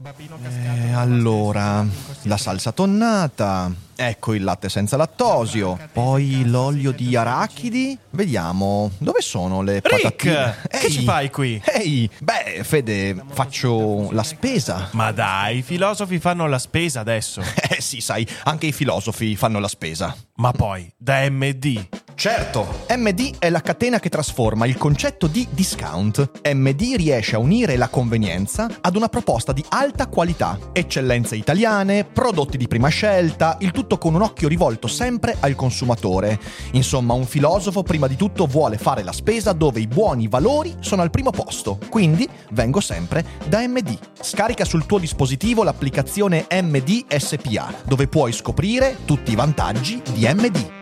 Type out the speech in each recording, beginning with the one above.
Allora, la salsa tonnata, ecco il latte senza lattosio, poi l'olio di arachidi. Vediamo, dove sono le patatine? Che ci fai qui? Ehi, beh, Fede, faccio la spesa. Ma dai, i filosofi fanno la spesa adesso. Sì, sai, anche i filosofi fanno la spesa. Ma poi, da MD. Certo, MD è la catena che trasforma il concetto di discount. MD riesce a unire la convenienza ad una proposta di alta qualità, eccellenze italiane, prodotti di prima scelta, il tutto con un occhio rivolto sempre al consumatore. Insomma, un filosofo prima di tutto vuole fare la spesa dove i buoni valori sono al primo posto. Quindi vengo sempre da MD. Scarica sul tuo dispositivo l'applicazione MD SPA, dove puoi scoprire tutti i vantaggi di MD.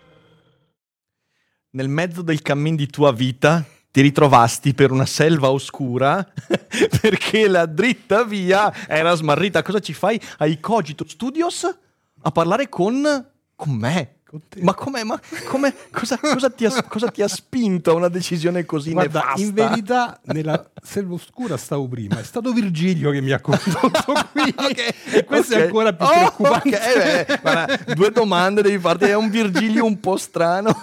Nel mezzo del cammin di tua vita ti ritrovasti per una selva oscura perché la dritta via era smarrita. Cosa ci fai ai Cogito Studios a parlare con me? Ma com'è? Cosa ti ha spinto a una decisione così nefasta? In verità nella selva oscura stavo prima. È stato Virgilio che mi ha condotto qui. E questo è ancora più preoccupante. Guarda, 2 domande devi farti. È un Virgilio un po' strano.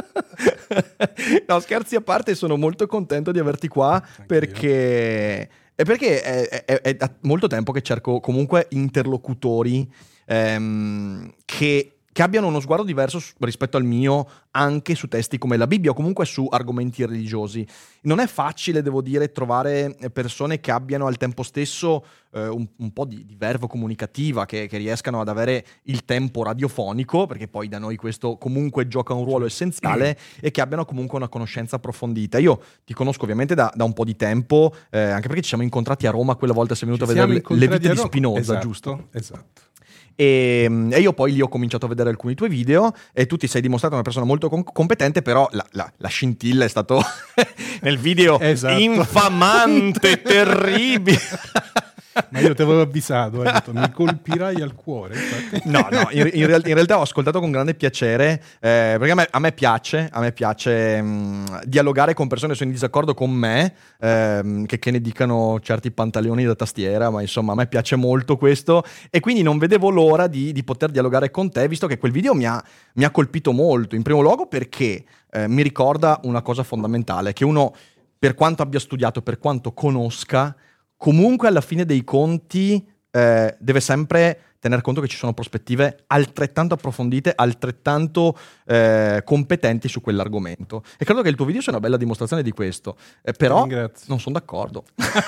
No, scherzi a parte, sono molto contento di averti qua. Anch'io. Perché è da molto tempo che cerco comunque interlocutori che abbiano uno sguardo diverso rispetto al mio anche su testi come la Bibbia o comunque su argomenti religiosi. Non è facile, devo dire, trovare persone che abbiano al tempo stesso un po' di verve comunicativa, che riescano ad avere il tempo radiofonico, perché poi da noi questo comunque gioca un ruolo essenziale, e che abbiano comunque una conoscenza approfondita. Io ti conosco ovviamente da un po' di tempo, anche perché ci siamo incontrati a Roma quella volta, sei venuto a vedere le vite di Spinoza, esatto, giusto? Esatto. E io poi lì ho cominciato a vedere alcuni tuoi video e tu ti sei dimostrato una persona molto competente, però la scintilla è stato nel video infamante, terribile. Ma io ti avevo avvisato, hai detto, mi colpirai al cuore. Infatti. No, in realtà ho ascoltato con grande piacere, perché a me piace dialogare con persone che sono in disaccordo con me, che ne dicano certi pantaloni da tastiera, ma insomma a me piace molto questo, e quindi non vedevo l'ora di poter dialogare con te, visto che quel video mi ha colpito molto, in primo luogo perché mi ricorda una cosa fondamentale, che uno, per quanto abbia studiato, per quanto conosca, comunque alla fine dei conti deve sempre tener conto che ci sono prospettive altrettanto approfondite, altrettanto competenti su quell'argomento. E credo che il tuo video sia una bella dimostrazione di questo. Però non sono d'accordo.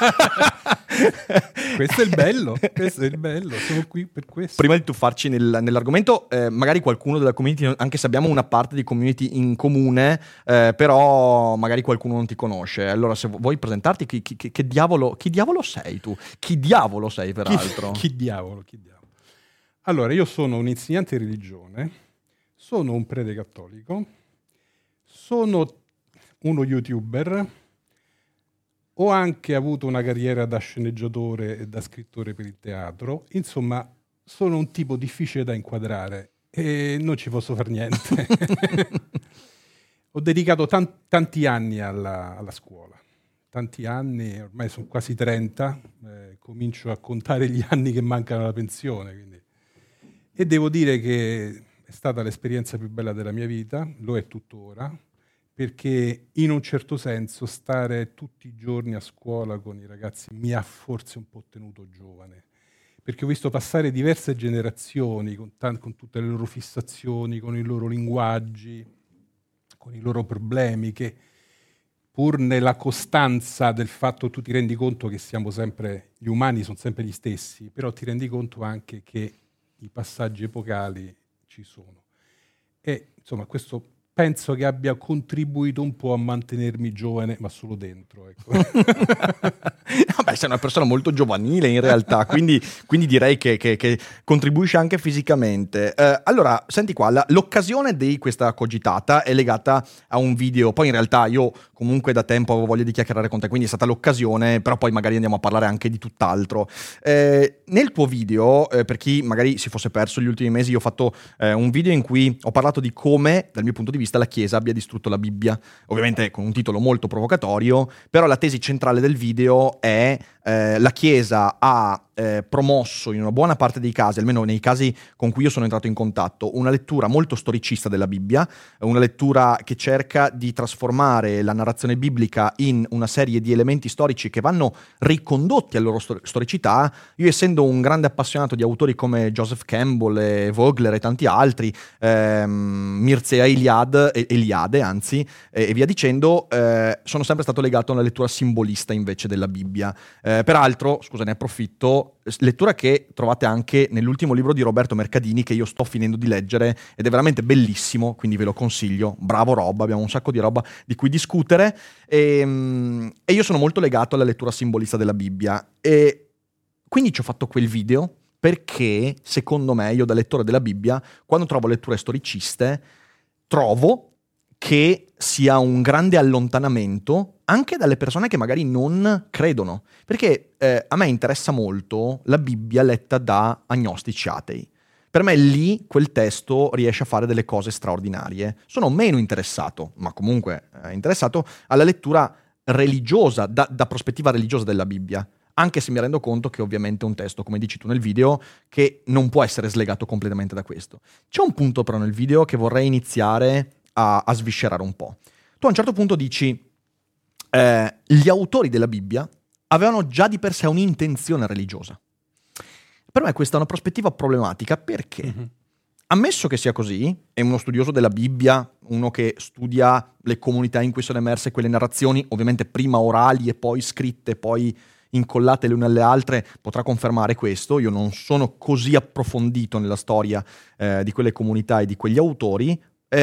Questo è il bello, sono qui per questo. Prima di tuffarci nell'argomento, magari qualcuno della community, anche se abbiamo una parte di community in comune, però magari qualcuno non ti conosce. Allora, se vuoi presentarti, che diavolo sei tu? Chi diavolo sei, peraltro? Chi diavolo? Allora, io sono un insegnante di religione, sono un prete cattolico, sono uno YouTuber, ho anche avuto una carriera da sceneggiatore e da scrittore per il teatro, insomma sono un tipo difficile da inquadrare e non ci posso fare niente. Ho dedicato tanti anni alla scuola, tanti anni, ormai sono quasi 30, comincio a contare gli anni che mancano alla pensione, quindi. E devo dire che è stata l'esperienza più bella della mia vita, lo è tuttora, perché in un certo senso stare tutti i giorni a scuola con i ragazzi mi ha forse un po' tenuto giovane, perché ho visto passare diverse generazioni con tutte le loro fissazioni, con i loro linguaggi, con i loro problemi, che pur nella costanza del fatto tu ti rendi conto che siamo sempre, gli umani sono sempre gli stessi, però ti rendi conto anche che i passaggi epocali ci sono. E insomma questo penso che abbia contribuito un po' a mantenermi giovane, ma solo dentro. Ecco. Vabbè, sei una persona molto giovanile in realtà, quindi direi che contribuisce anche fisicamente. Allora, senti qua, l'occasione di questa cogitata è legata a un video, poi in realtà io comunque da tempo avevo voglia di chiacchierare con te, quindi è stata l'occasione, però poi magari andiamo a parlare anche di tutt'altro. Nel tuo video, per chi magari si fosse perso gli ultimi mesi, io ho fatto un video in cui ho parlato di come, dal mio punto di vista, vista la Chiesa abbia distrutto la Bibbia. Ovviamente con un titolo molto provocatorio, però la tesi centrale del video è la Chiesa ha promosso in una buona parte dei casi, almeno nei casi con cui io sono entrato in contatto, una lettura molto storicista della Bibbia, una lettura che cerca di trasformare la narrazione biblica in una serie di elementi storici che vanno ricondotti alla loro storicità. Io, essendo un grande appassionato di autori come Joseph Campbell e Vogler e tanti altri, Mircea Eliade, e via dicendo, sono sempre stato legato a una lettura simbolista invece della Bibbia. Peraltro, scusa, ne approfitto, lettura che trovate anche nell'ultimo libro di Roberto Mercadini, che io sto finendo di leggere ed è veramente bellissimo, quindi ve lo consiglio. Bravo Rob, abbiamo un sacco di roba di cui discutere e io sono molto legato alla lettura simbolista della Bibbia e quindi ci ho fatto quel video perché, secondo me, io da lettore della Bibbia, quando trovo letture storiciste, trovo che sia un grande allontanamento anche dalle persone che magari non credono. Perché a me interessa molto la Bibbia letta da agnostici atei. Per me lì quel testo riesce a fare delle cose straordinarie. Sono meno interessato, ma comunque interessato, alla lettura religiosa, da prospettiva religiosa della Bibbia. Anche se mi rendo conto che ovviamente è un testo, come dici tu nel video, che non può essere slegato completamente da questo. C'è un punto però nel video che vorrei iniziare a sviscerare un po'. Tu a un certo punto dici gli autori della Bibbia avevano già di per sé un'intenzione religiosa. Per me questa è una prospettiva problematica perché, ammesso che sia così, è uno studioso della Bibbia, uno che studia le comunità in cui sono emerse quelle narrazioni, ovviamente prima orali e poi scritte, poi incollate le une alle altre, potrà confermare questo. Io non sono così approfondito nella storia di quelle comunità e di quegli autori.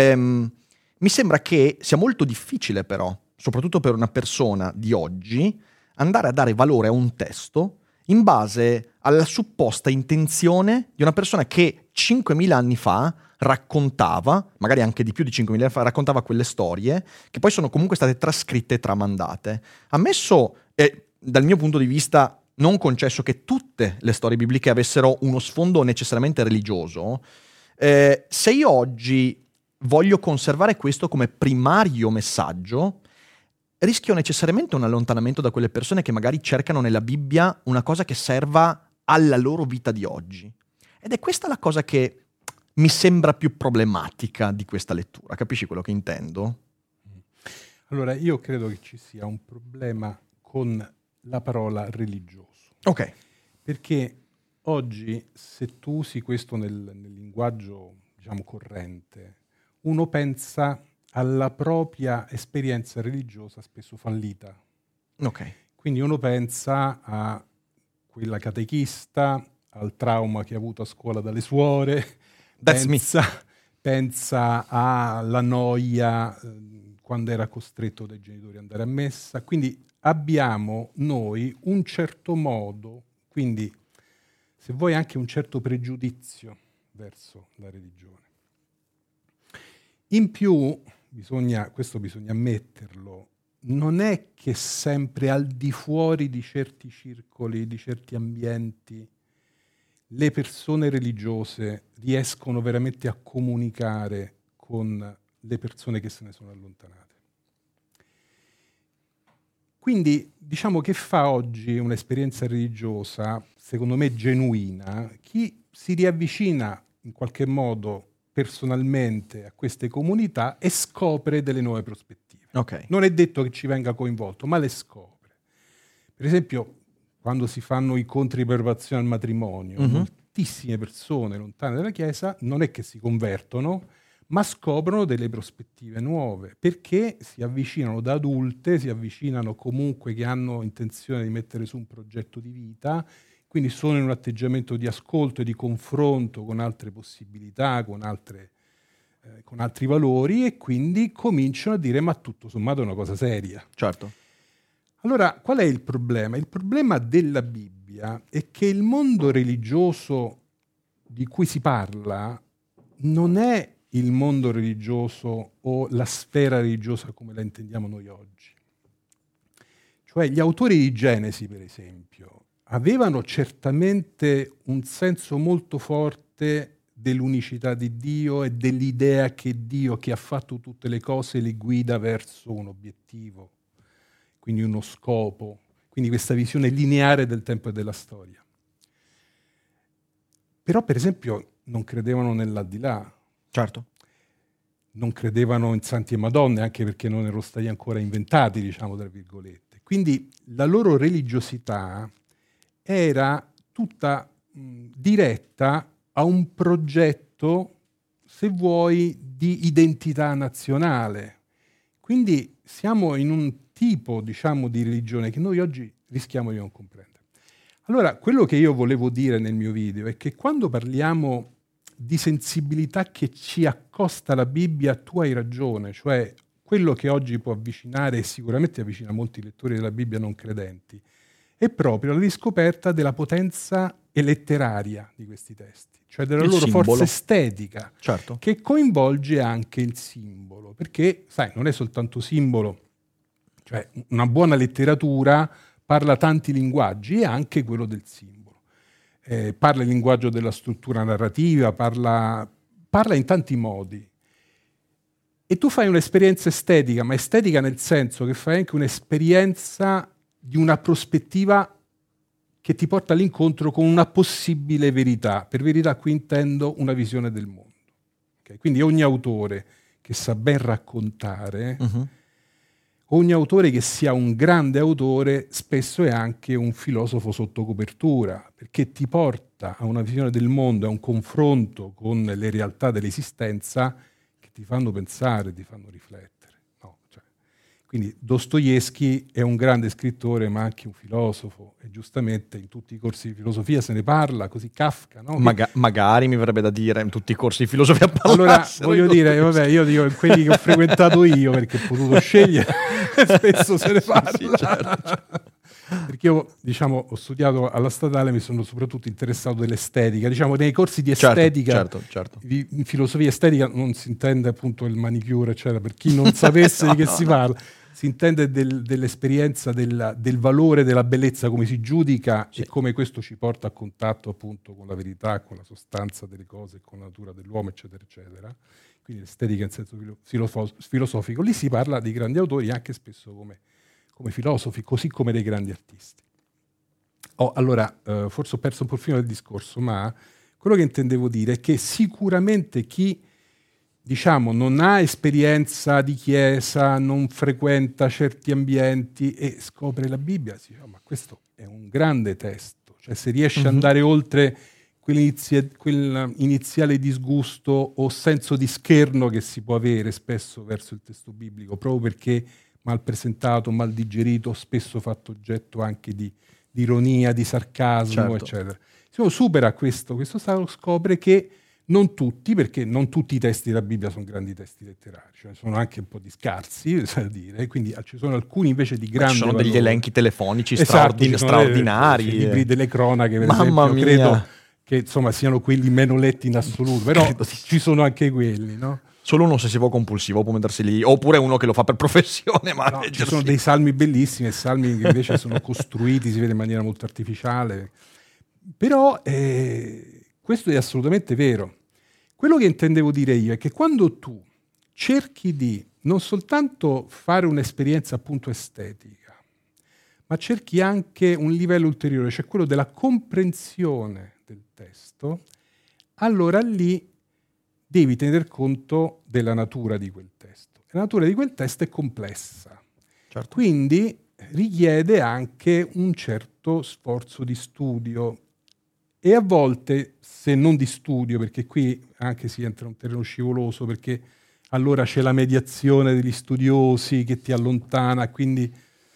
Mi sembra che sia molto difficile però, soprattutto per una persona di oggi, andare a dare valore a un testo in base alla supposta intenzione di una persona che 5.000 anni fa raccontava, magari anche di più di 5.000 anni fa, raccontava quelle storie che poi sono comunque state trascritte e tramandate. Ammesso, dal mio punto di vista, non concesso che tutte le storie bibliche avessero uno sfondo necessariamente religioso, se io oggi voglio conservare questo come primario messaggio, rischio necessariamente un allontanamento da quelle persone che magari cercano nella Bibbia una cosa che serva alla loro vita di oggi. Ed è questa la cosa che mi sembra più problematica di questa lettura. Capisci quello che intendo? Allora, io credo che ci sia un problema con la parola religioso. Ok. Perché oggi, se tu usi questo nel linguaggio, diciamo, corrente, uno pensa alla propria esperienza religiosa spesso fallita. Ok. Quindi uno pensa a quella catechista, al trauma che ha avuto a scuola dalle suore, pensa alla noia quando era costretto dai genitori ad andare a messa. Quindi abbiamo noi un certo modo, quindi se vuoi anche un certo pregiudizio verso la religione. In più, questo bisogna ammetterlo, non è che sempre al di fuori di certi circoli, di certi ambienti, le persone religiose riescono veramente a comunicare con le persone che se ne sono allontanate. Quindi diciamo che fa oggi un'esperienza religiosa, secondo me genuina, chi si riavvicina in qualche modo personalmente a queste comunità e scopre delle nuove prospettive. Ok. Non è detto che ci venga coinvolto, ma le scopre. Per esempio, quando si fanno i incontri di preparazione al matrimonio, moltissime persone lontane dalla Chiesa non è che si convertono, ma scoprono delle prospettive nuove, perché si avvicinano da adulte, si avvicinano comunque che hanno intenzione di mettere su un progetto di vita, quindi sono in un atteggiamento di ascolto e di confronto con altre possibilità, con altri valori, e quindi cominciano a dire ma tutto sommato è una cosa seria. Certo. Allora, qual è il problema? Il problema della Bibbia è che il mondo religioso di cui si parla non è il mondo religioso o la sfera religiosa come la intendiamo noi oggi. Cioè gli autori di Genesi, per esempio, avevano certamente un senso molto forte dell'unicità di Dio e dell'idea che Dio, che ha fatto tutte le cose, le guida verso un obiettivo, quindi uno scopo, quindi questa visione lineare del tempo e della storia. Però, per esempio, non credevano nell'aldilà. Certo. Non credevano in santi e madonne, anche perché non erano stati ancora inventati, diciamo, tra virgolette. Quindi la loro religiosità era tutta diretta a un progetto, se vuoi, di identità nazionale. Quindi siamo in un tipo, diciamo, di religione che noi oggi rischiamo di non comprendere. Allora, quello che io volevo dire nel mio video è che quando parliamo di sensibilità che ci accosta alla Bibbia, tu hai ragione, cioè quello che oggi può avvicinare, e sicuramente avvicina molti lettori della Bibbia non credenti, è proprio la riscoperta della potenza letteraria di questi testi, cioè della loro forza estetica, certo, che coinvolge anche il simbolo, perché, sai, non è soltanto simbolo, cioè una buona letteratura parla tanti linguaggi e anche quello del simbolo. Parla il linguaggio della struttura narrativa, parla in tanti modi. E tu fai un'esperienza estetica, ma estetica nel senso che fai anche un'esperienza di una prospettiva che ti porta all'incontro con una possibile verità. Per verità qui intendo una visione del mondo. Okay? Quindi ogni autore che sa ben raccontare, ogni autore che sia un grande autore, spesso è anche un filosofo sotto copertura, perché ti porta a una visione del mondo, a un confronto con le realtà dell'esistenza che ti fanno pensare, ti fanno riflettere. No, cioè, quindi Dostoevskij è un grande scrittore, ma anche un filosofo, e giustamente in tutti i corsi di filosofia se ne parla, così Kafka, no? Magari mi verrebbe da dire in tutti i corsi di filosofia allora voglio dire, vabbè, io dico quelli che ho frequentato io, perché ho potuto scegliere, spesso se ne parla. Sì, certo. Perché io, diciamo, ho studiato alla statale, mi sono soprattutto interessato dell'estetica, diciamo nei corsi di estetica, certo. In filosofia estetica non si intende appunto il manicure, eccetera, per chi non sapesse di che si parla. Si intende dell'esperienza del valore della bellezza, come si giudica e come questo ci porta a contatto appunto con la verità, con la sostanza delle cose, con la natura dell'uomo, eccetera, eccetera. Quindi l'estetica in senso filosofico. Lì si parla di grandi autori anche spesso come filosofi, così come dei grandi artisti. Allora, forse ho perso un po' il filo del discorso, ma quello che intendevo dire è che sicuramente chi, diciamo, non ha esperienza di chiesa, non frequenta certi ambienti e scopre la Bibbia, si dice, ma questo è un grande testo. Cioè, se riesce ad andare oltre quell'iniziale disgusto o senso di scherno che si può avere spesso verso il testo biblico, proprio perché mal presentato, mal digerito, spesso fatto oggetto anche di ironia, di sarcasmo, eccetera. Se uno supera questo scopre che non tutti, perché non tutti i testi della Bibbia sono grandi testi letterari, cioè sono anche un po' di scarsi, da dire, quindi ci sono alcuni invece di grandi. Ci sono degli elenchi telefonici straordinari. straordinari. I libri delle cronache, per esempio, credo che insomma siano quelli meno letti in assoluto, però ci sono anche quelli, no? Solo un ossessivo compulsivo può mettersi lì, oppure uno che lo fa per professione. Ma no, ci sono dei salmi bellissimi e salmi che invece sono costruiti, si vede in maniera molto artificiale. Però questo è assolutamente vero. Quello che intendevo dire io è che quando tu cerchi di non soltanto fare un'esperienza appunto estetica, ma cerchi anche un livello ulteriore, cioè quello della comprensione del testo, allora lì devi tener conto della natura di quel testo. La natura di quel testo è complessa, certo. Quindi richiede anche un certo sforzo di studio e a volte, se non di studio, perché qui anche si entra in un terreno scivoloso, perché allora c'è la mediazione degli studiosi che ti allontana, quindi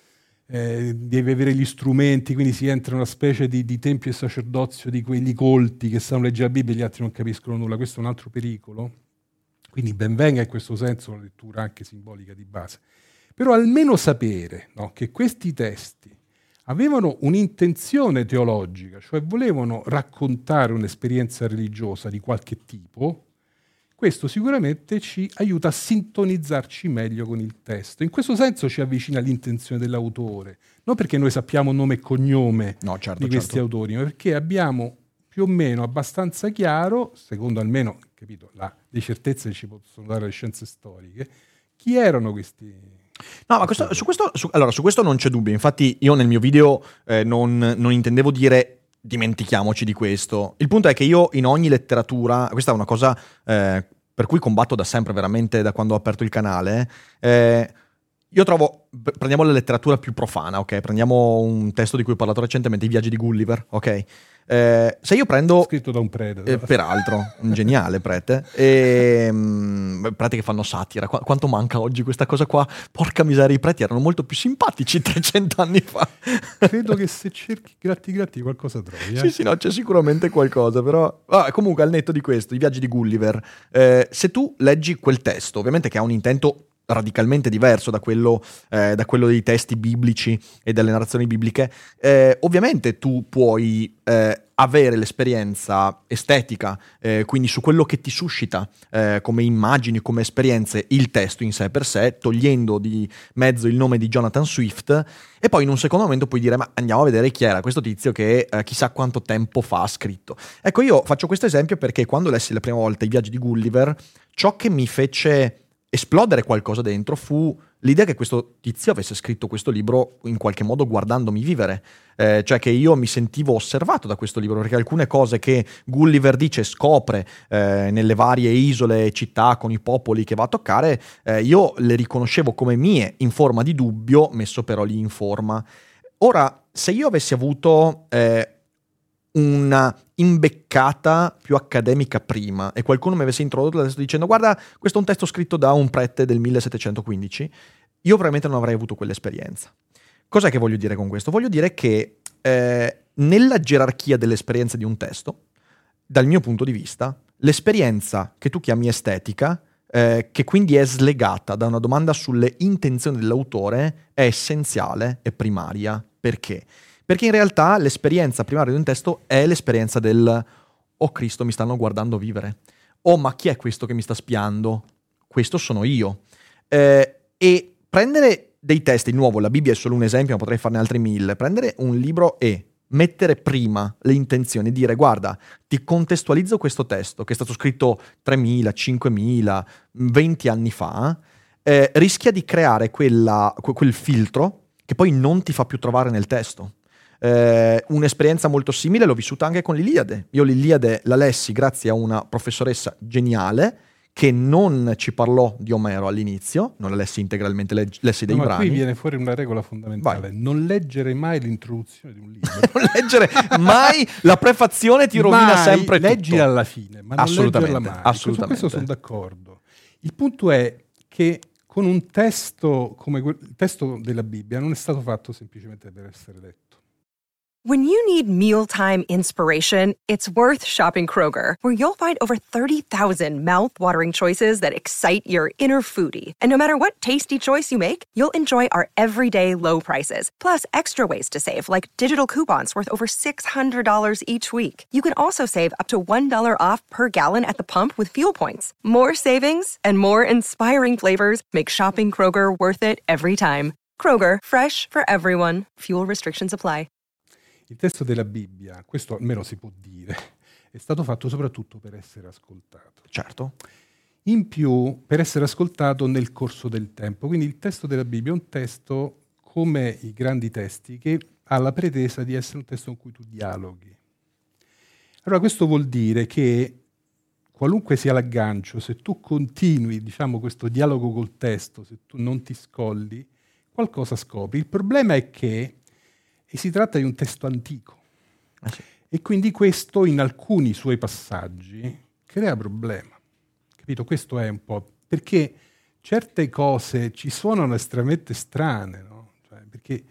devi avere gli strumenti, quindi si entra in una specie di tempio e sacerdozio di quelli colti che sanno leggere la Bibbia e gli altri non capiscono nulla. Questo è un altro pericolo. Quindi ben venga in questo senso una lettura anche simbolica di base. Però almeno sapere, no, che questi testi avevano un'intenzione teologica, cioè volevano raccontare un'esperienza religiosa di qualche tipo, questo sicuramente ci aiuta a sintonizzarci meglio con il testo. In questo senso ci avvicina all'intenzione dell'autore, non perché noi sappiamo nome e cognome di questi autori, ma perché abbiamo più più o meno abbastanza chiaro, secondo almeno, capito, le certezze che ci possono dare le scienze storiche, chi erano questi. No, ma su questo non c'è dubbio. Infatti io nel mio video non intendevo dire dimentichiamoci di questo. Il punto è che io in ogni letteratura, questa è una cosa per cui combatto da sempre, veramente da quando ho aperto il canale, io trovo, prendiamo la letteratura più profana, ok? Prendiamo un testo di cui ho parlato recentemente, I viaggi di Gulliver, ok? Se io prendo... Scritto da un prete. Peraltro, un geniale prete. Preti che fanno satira. Quanto manca oggi questa cosa qua? Porca miseria, i preti erano molto più simpatici 300 anni fa. Credo che se cerchi gratti qualcosa trovi. Sì, no, c'è sicuramente qualcosa, però... comunque, al netto di questo, I viaggi di Gulliver, se tu leggi quel testo, ovviamente che ha un intento radicalmente diverso da quello dei testi biblici e delle narrazioni bibliche, ovviamente tu puoi avere l'esperienza estetica, quindi su quello che ti suscita come immagini, come esperienze, il testo in sé per sé, togliendo di mezzo il nome di Jonathan Swift, e poi in un secondo momento puoi dire ma andiamo a vedere chi era questo tizio che chissà quanto tempo fa ha scritto. Ecco, io faccio questo esempio perché quando lessi la prima volta I viaggi di Gulliver, ciò che mi fece esplodere qualcosa dentro fu l'idea che questo tizio avesse scritto questo libro in qualche modo guardandomi vivere, cioè che io mi sentivo osservato da questo libro, perché alcune cose che Gulliver dice, scopre nelle varie isole e città con i popoli che va a toccare, io le riconoscevo come mie in forma di dubbio, messo però lì in forma. Ora, se io avessi avuto una imbeccata più accademica prima e qualcuno mi avesse introdotto il testo dicendo guarda, questo è un testo scritto da un prete del 1715, io probabilmente non avrei avuto quell'esperienza. Cos'è che voglio dire con questo? Voglio dire che nella gerarchia delle esperienze di un testo, dal mio punto di vista, l'esperienza che tu chiami estetica, che quindi è slegata da una domanda sulle intenzioni dell'autore, è essenziale e primaria. Perché? Perché in realtà l'esperienza primaria di un testo è l'esperienza del «Oh Cristo, mi stanno guardando vivere». «Oh, ma chi è questo che mi sta spiando?» «Questo sono io». E prendere dei testi, di nuovo, la Bibbia è solo un esempio, ma potrei farne altri 1000. Prendere un libro e mettere prima le intenzioni, dire «Guarda, ti contestualizzo questo testo, che è stato scritto 3.000, 5.000, 20 anni fa», rischia di creare quel filtro che poi non ti fa più trovare nel testo. Un'esperienza molto simile l'ho vissuta anche con l'Iliade. Io l'Iliade la lessi grazie a una professoressa geniale che non ci parlò di Omero all'inizio, non la lessi integralmente, lessi dei brani. Ma qui viene fuori una regola fondamentale: non leggere mai l'introduzione di un libro. Non leggere mai la prefazione, ti rovina sempre tutto. Leggi alla fine, ma non leggerla mai. Assolutamente. Su questo sono d'accordo. Il punto è che con un testo come il testo della Bibbia non è stato fatto semplicemente per essere letto. When you need mealtime inspiration, it's worth shopping Kroger, where you'll find over 30,000 mouth-watering choices that excite your inner foodie. And no matter what tasty choice you make, you'll enjoy our everyday low prices, plus extra ways to save, like digital coupons worth over $600 each week. You can also save up to $1 off per gallon at the pump with fuel points. More savings and more inspiring flavors make shopping Kroger worth it every time. Kroger, fresh for everyone. Fuel restrictions apply. Il testo della Bibbia, questo almeno si può dire, è stato fatto soprattutto per essere ascoltato. Certo. In più, per essere ascoltato nel corso del tempo. Quindi il testo della Bibbia è un testo, come i grandi testi, che ha la pretesa di essere un testo con cui tu dialoghi. Allora questo vuol dire che qualunque sia l'aggancio, se tu continui, diciamo, questo dialogo col testo, se tu non ti scolli, qualcosa scopri. Il problema è che si tratta di un testo antico. Sì. E quindi questo in alcuni suoi passaggi crea problema. Capito? Questo è un po' perché certe cose ci suonano estremamente strane, no? Cioè, perché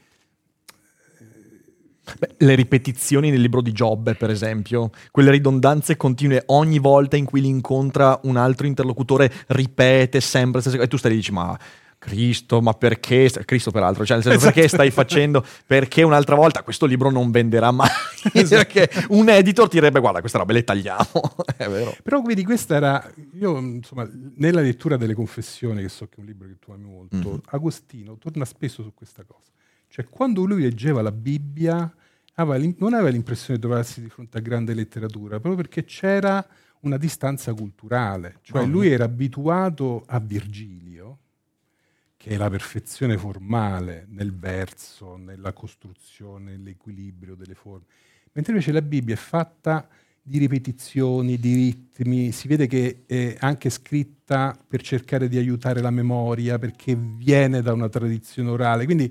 le ripetizioni nel libro di Giobbe, per esempio, quelle ridondanze continue ogni volta in cui li incontra un altro interlocutore, ripete sempre e tu stai e dici ma Cristo, ma perché? Cristo peraltro, cioè nel senso, perché stai facendo? Perché un'altra volta questo libro non venderà mai? Perché un editor ti direbbe guarda, questa roba le tagliamo. È vero. Però vedi, questa era, io insomma, nella lettura delle Confessioni, che so che è un libro che tu ami molto, Agostino torna spesso su questa cosa. Cioè quando lui leggeva la Bibbia non aveva l'impressione di trovarsi di fronte a grande letteratura, proprio perché c'era una distanza culturale. Cioè lui era abituato a Virgilio, che è la perfezione formale nel verso, nella costruzione, nell'equilibrio delle forme. Mentre invece la Bibbia è fatta di ripetizioni, di ritmi, si vede che è anche scritta per cercare di aiutare la memoria, perché viene da una tradizione orale, quindi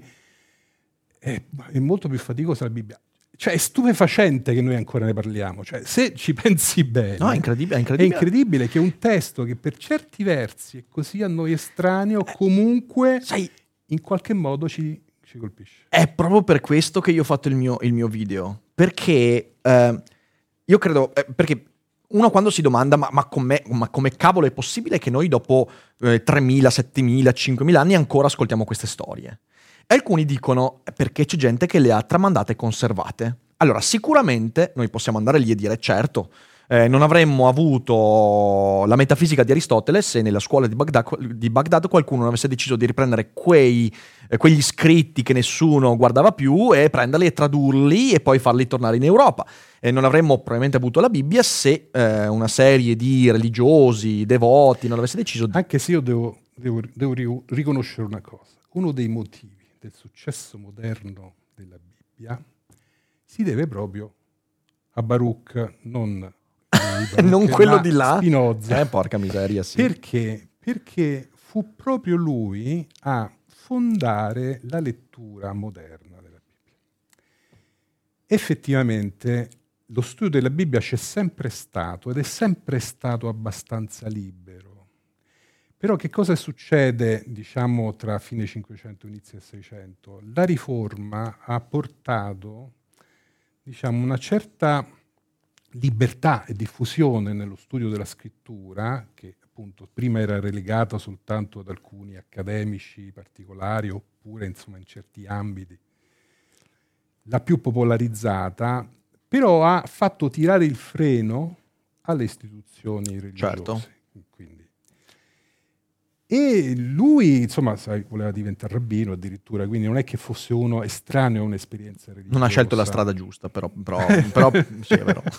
è molto più faticosa la Bibbia. Cioè è stupefacente che noi ancora ne parliamo, cioè, se ci pensi bene, No, è incredibile. è incredibile che un testo che per certi versi è così a noi estraneo, comunque Sai, in qualche modo ci colpisce. è proprio per questo che io ho fatto il mio video. Perché io credo. Perché uno quando si domanda, ma come cavolo è possibile che noi dopo 3.000, 7.000, 5.000 anni ancora ascoltiamo queste storie? E alcuni dicono perché c'è gente che le ha tramandate e conservate. Allora, sicuramente noi possiamo andare lì e dire certo. Non avremmo avuto la metafisica di Aristotele se nella scuola di Baghdad qualcuno non avesse deciso di riprendere quegli scritti che nessuno guardava più e prenderli e tradurli e poi farli tornare in Europa. Non avremmo probabilmente avuto la Bibbia se una serie di religiosi, devoti non avesse deciso. Anche se io devo riconoscere una cosa. Uno dei motivi del successo moderno della Bibbia si deve proprio a Baruch, non quello di là, Spinoza. Porca miseria, sì. Perché fu proprio lui a fondare la lettura moderna della Bibbia. Effettivamente lo studio della Bibbia c'è sempre stato ed è sempre stato abbastanza libero. Però che cosa succede, diciamo, tra fine 500 e inizio del 600? La riforma ha portato, diciamo, una certa libertà e diffusione nello studio della scrittura, che appunto prima era relegata soltanto ad alcuni accademici particolari, oppure insomma in certi ambiti la più popolarizzata, però ha fatto tirare il freno alle istituzioni religiose. Certo. Quindi. E lui, insomma, voleva diventare rabbino addirittura, quindi non è che fosse uno estraneo a un'esperienza religiosa. Non ha scelto la strada giusta, però sì, è vero.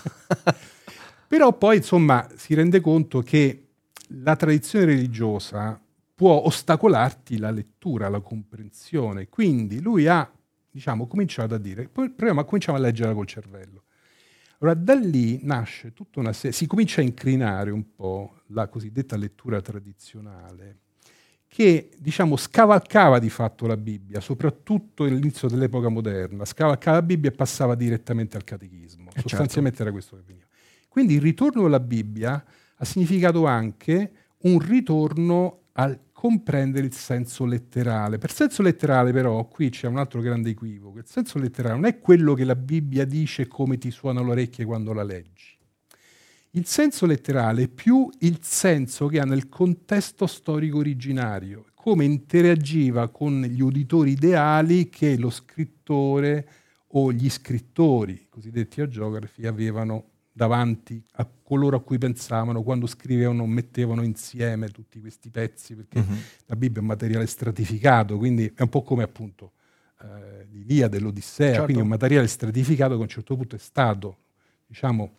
Però poi, insomma, si rende conto che la tradizione religiosa può ostacolarti la lettura, la comprensione. Quindi lui ha, diciamo, cominciato a dire, proviamo a cominciare a leggerla col cervello. Allora, da lì nasce tutta una serie, si comincia a incrinare un po' la cosiddetta lettura tradizionale, che, diciamo, scavalcava di fatto la Bibbia, soprattutto all'inizio dell'epoca moderna, scavalcava la Bibbia e passava direttamente al catechismo. Sostanzialmente era questo che veniva. Quindi il ritorno alla Bibbia ha significato anche un ritorno al comprendere il senso letterale. Per senso letterale, però, qui c'è un altro grande equivoco. Il senso letterale non è quello che la Bibbia dice come ti suona le orecchie quando la leggi. Il senso letterale è più il senso che ha nel contesto storico originario, come interagiva con gli uditori ideali che lo scrittore o gli scrittori, cosiddetti agiografi, avevano davanti a coloro a cui pensavano quando scrivevano, mettevano insieme tutti questi pezzi, perché la Bibbia è un materiale stratificato, quindi è un po' come appunto l'Iliade, l'Odissea, certo. Quindi è un materiale stratificato che a un certo punto è stato, diciamo,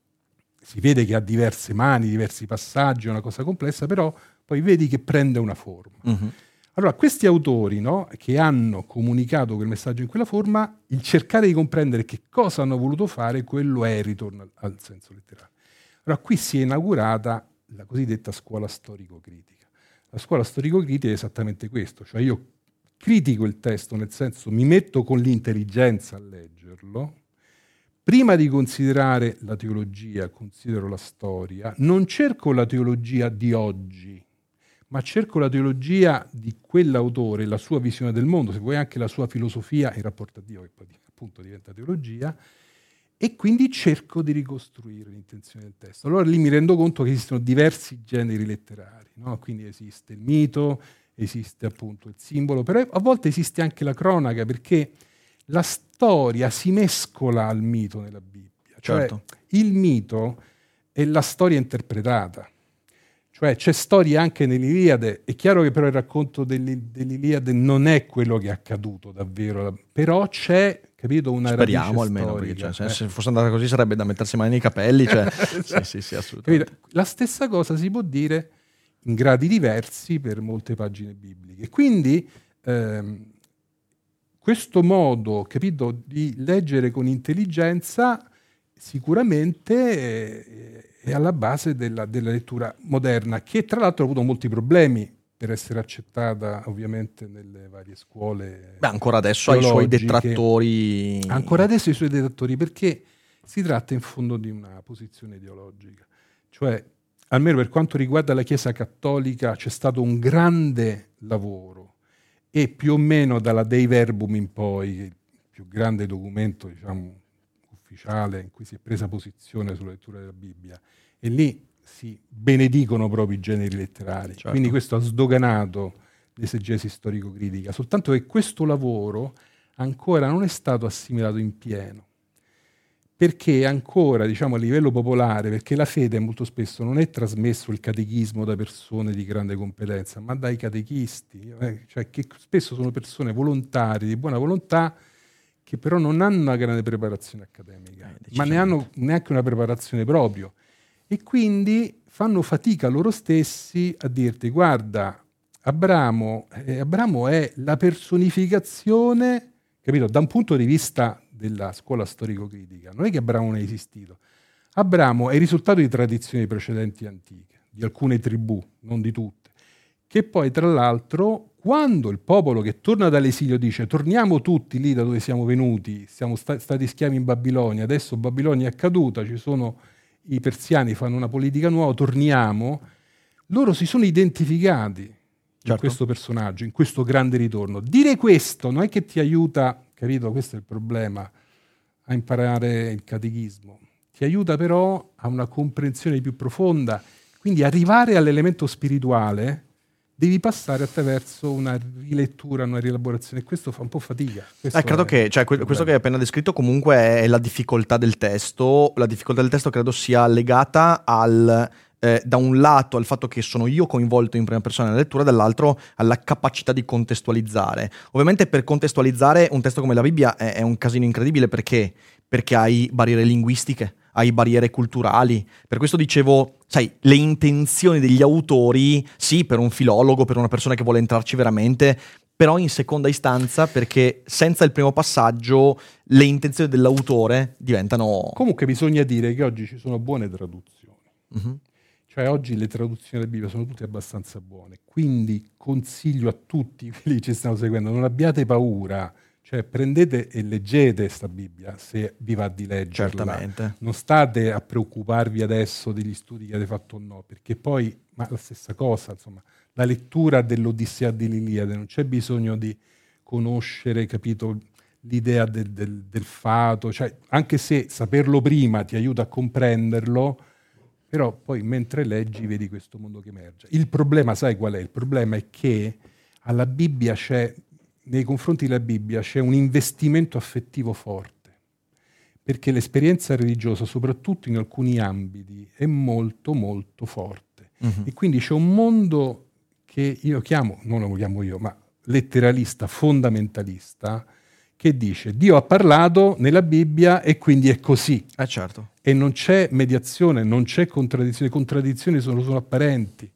si vede che ha diverse mani, diversi passaggi, è una cosa complessa, però poi vedi che prende una forma. Allora, questi autori, no, che hanno comunicato quel messaggio in quella forma, il cercare di comprendere che cosa hanno voluto fare, quello è il ritorno al senso letterale. Allora, qui si è inaugurata la cosiddetta scuola storico-critica. La scuola storico-critica è esattamente questo, cioè io critico il testo, nel senso mi metto con l'intelligenza a leggerlo, prima di considerare la teologia, considero la storia, non cerco la teologia di oggi, ma cerco la teologia di quell'autore, la sua visione del mondo, se vuoi anche la sua filosofia in rapporto a Dio, che poi appunto diventa teologia, e quindi cerco di ricostruire l'intenzione del testo. Allora lì mi rendo conto che esistono diversi generi letterari, no? Quindi esiste il mito, esiste appunto il simbolo, però a volte esiste anche la cronaca, perché la storia si mescola al mito nella Bibbia. Certo. Cioè, il mito è la storia interpretata. Cioè c'è storia anche nell'Iliade, è chiaro che però il racconto dell'Iliade non è quello che è accaduto davvero, però c'è, capito, una Speriamo radice almeno, storica. perché se fosse andata così sarebbe da mettersi mani nei capelli. Cioè, sì, assolutamente. Capito? La stessa cosa si può dire in gradi diversi per molte pagine bibliche. Quindi questo modo, capito, di leggere con intelligenza sicuramente è alla base della lettura moderna, che tra l'altro ha avuto molti problemi per essere accettata ovviamente nelle varie scuole. Beh, ancora adesso ha i suoi detrattori. Ancora adesso ha i suoi detrattori, perché si tratta in fondo di una posizione ideologica. Cioè, almeno per quanto riguarda la Chiesa Cattolica, c'è stato un grande lavoro e più o meno dalla Dei Verbum in poi, il più grande documento, diciamo, ufficiale in cui si è presa posizione sulla lettura della Bibbia, e lì si benedicono proprio i generi letterari. Certo. Quindi questo ha sdoganato l'esegesi storico-critica, soltanto che questo lavoro ancora non è stato assimilato in pieno, perché ancora, diciamo, a livello popolare, perché la fede molto spesso non è trasmesso il catechismo da persone di grande competenza, ma dai catechisti, cioè che spesso sono persone volontarie, di buona volontà, che però non hanno una grande preparazione accademica, ma ne hanno neanche una preparazione proprio. E quindi fanno fatica loro stessi a dirti: guarda, Abramo è la personificazione, capito? Da un punto di vista della scuola storico-critica, non è che Abramo non è esistito. Abramo è il risultato di tradizioni precedenti antiche, di alcune tribù, non di tutte, che poi tra l'altro, quando il popolo che torna dall'esilio dice torniamo tutti lì da dove siamo venuti, siamo stati schiavi in Babilonia, adesso Babilonia è caduta, ci sono i persiani, fanno una politica nuova, torniamo, loro si sono identificati in questo personaggio, in questo grande ritorno. Dire questo non è che ti aiuta, capito? Questo è il problema, a imparare il catechismo. Ti aiuta però a una comprensione più profonda. Quindi arrivare all'elemento spirituale devi passare attraverso una rilettura, una rielaborazione, e questo fa un po' fatica. Credo che questo che hai appena descritto comunque è la difficoltà del testo. La difficoltà del testo credo sia legata da un lato al fatto che sono io coinvolto in prima persona nella lettura, dall'altro alla capacità di contestualizzare. Ovviamente per contestualizzare un testo come la Bibbia è un casino incredibile, perché hai barriere linguistiche, hai barriere culturali. Per questo dicevo, sai, le intenzioni degli autori, sì, per un filologo, per una persona che vuole entrarci veramente, però in seconda istanza, perché senza il primo passaggio le intenzioni dell'autore diventano... Comunque bisogna dire che oggi ci sono buone traduzioni. Mm-hmm. Cioè oggi le traduzioni della Bibbia sono tutte abbastanza buone, quindi consiglio a tutti quelli che ci stanno seguendo, non abbiate paura, cioè prendete e leggete sta Bibbia se vi va di leggerla. Certamente. Non state a preoccuparvi adesso degli studi che avete fatto o no, perché poi, ma la stessa cosa, insomma, la lettura dell'Odissea dell'Iliade, non c'è bisogno di conoscere, capito, l'idea del fato, cioè anche se saperlo prima ti aiuta a comprenderlo, però poi mentre leggi vedi questo mondo che emerge. Il problema, sai qual è? Il problema è che alla Bibbia nei confronti della Bibbia c'è un investimento affettivo forte, perché l'esperienza religiosa, soprattutto in alcuni ambiti, è molto molto forte. Uh-huh. E quindi c'è un mondo che io chiamo, non lo chiamo io, ma letteralista, fondamentalista, che dice Dio ha parlato nella Bibbia e quindi è così. Certo. E non c'è mediazione, non c'è contraddizione, le contraddizioni sono apparenti.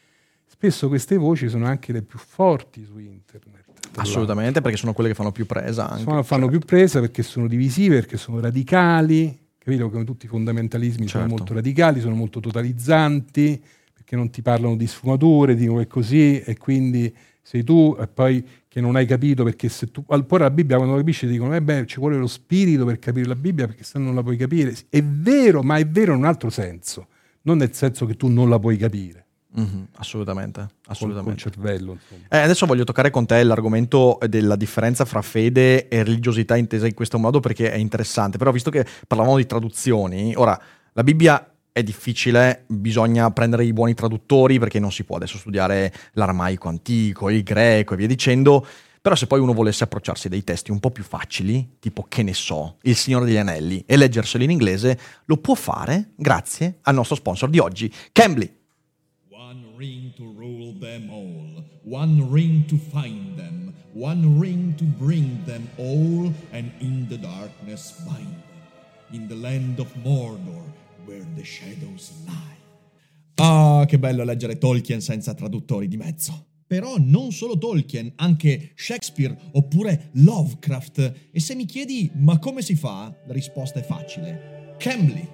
Spesso queste voci sono anche le più forti su internet. Assolutamente, perché sono quelle che fanno più presa anche. Fanno più presa perché sono divisive, perché sono radicali, capito? Come tutti i fondamentalismi sono molto radicali, sono molto totalizzanti, perché non ti parlano di sfumature, dicono che è così, e quindi sei tu, e poi che non hai capito, perché se tu... Poi la Bibbia quando la capisci dicono ci vuole lo spirito per capire la Bibbia, perché se no non la puoi capire. È vero, ma è vero in un altro senso, non nel senso che tu non la puoi capire. Mm-hmm, assolutamente. Col cervello, insomma. Adesso voglio toccare con te l'argomento della differenza fra fede e religiosità intesa in questo modo, perché è interessante. Però visto che parlavamo di traduzioni, ora la Bibbia è difficile, bisogna prendere i buoni traduttori, perché non si può adesso studiare l'aramaico antico, il greco e via dicendo. Però se poi uno volesse approcciarsi a dei testi un po' più facili, tipo, che ne so, Il Signore degli Anelli, e leggerseli in inglese, lo può fare grazie al nostro sponsor di oggi, Cambly. ring to rule them all, one ring to find them, one ring to bring them all, and in the darkness bind them, in the land of Mordor, where the shadows lie. Ah, che bello leggere Tolkien senza traduttori di mezzo. Però non solo Tolkien, anche Shakespeare oppure Lovecraft. E se mi chiedi ma come si fa? La risposta è facile. Cambly.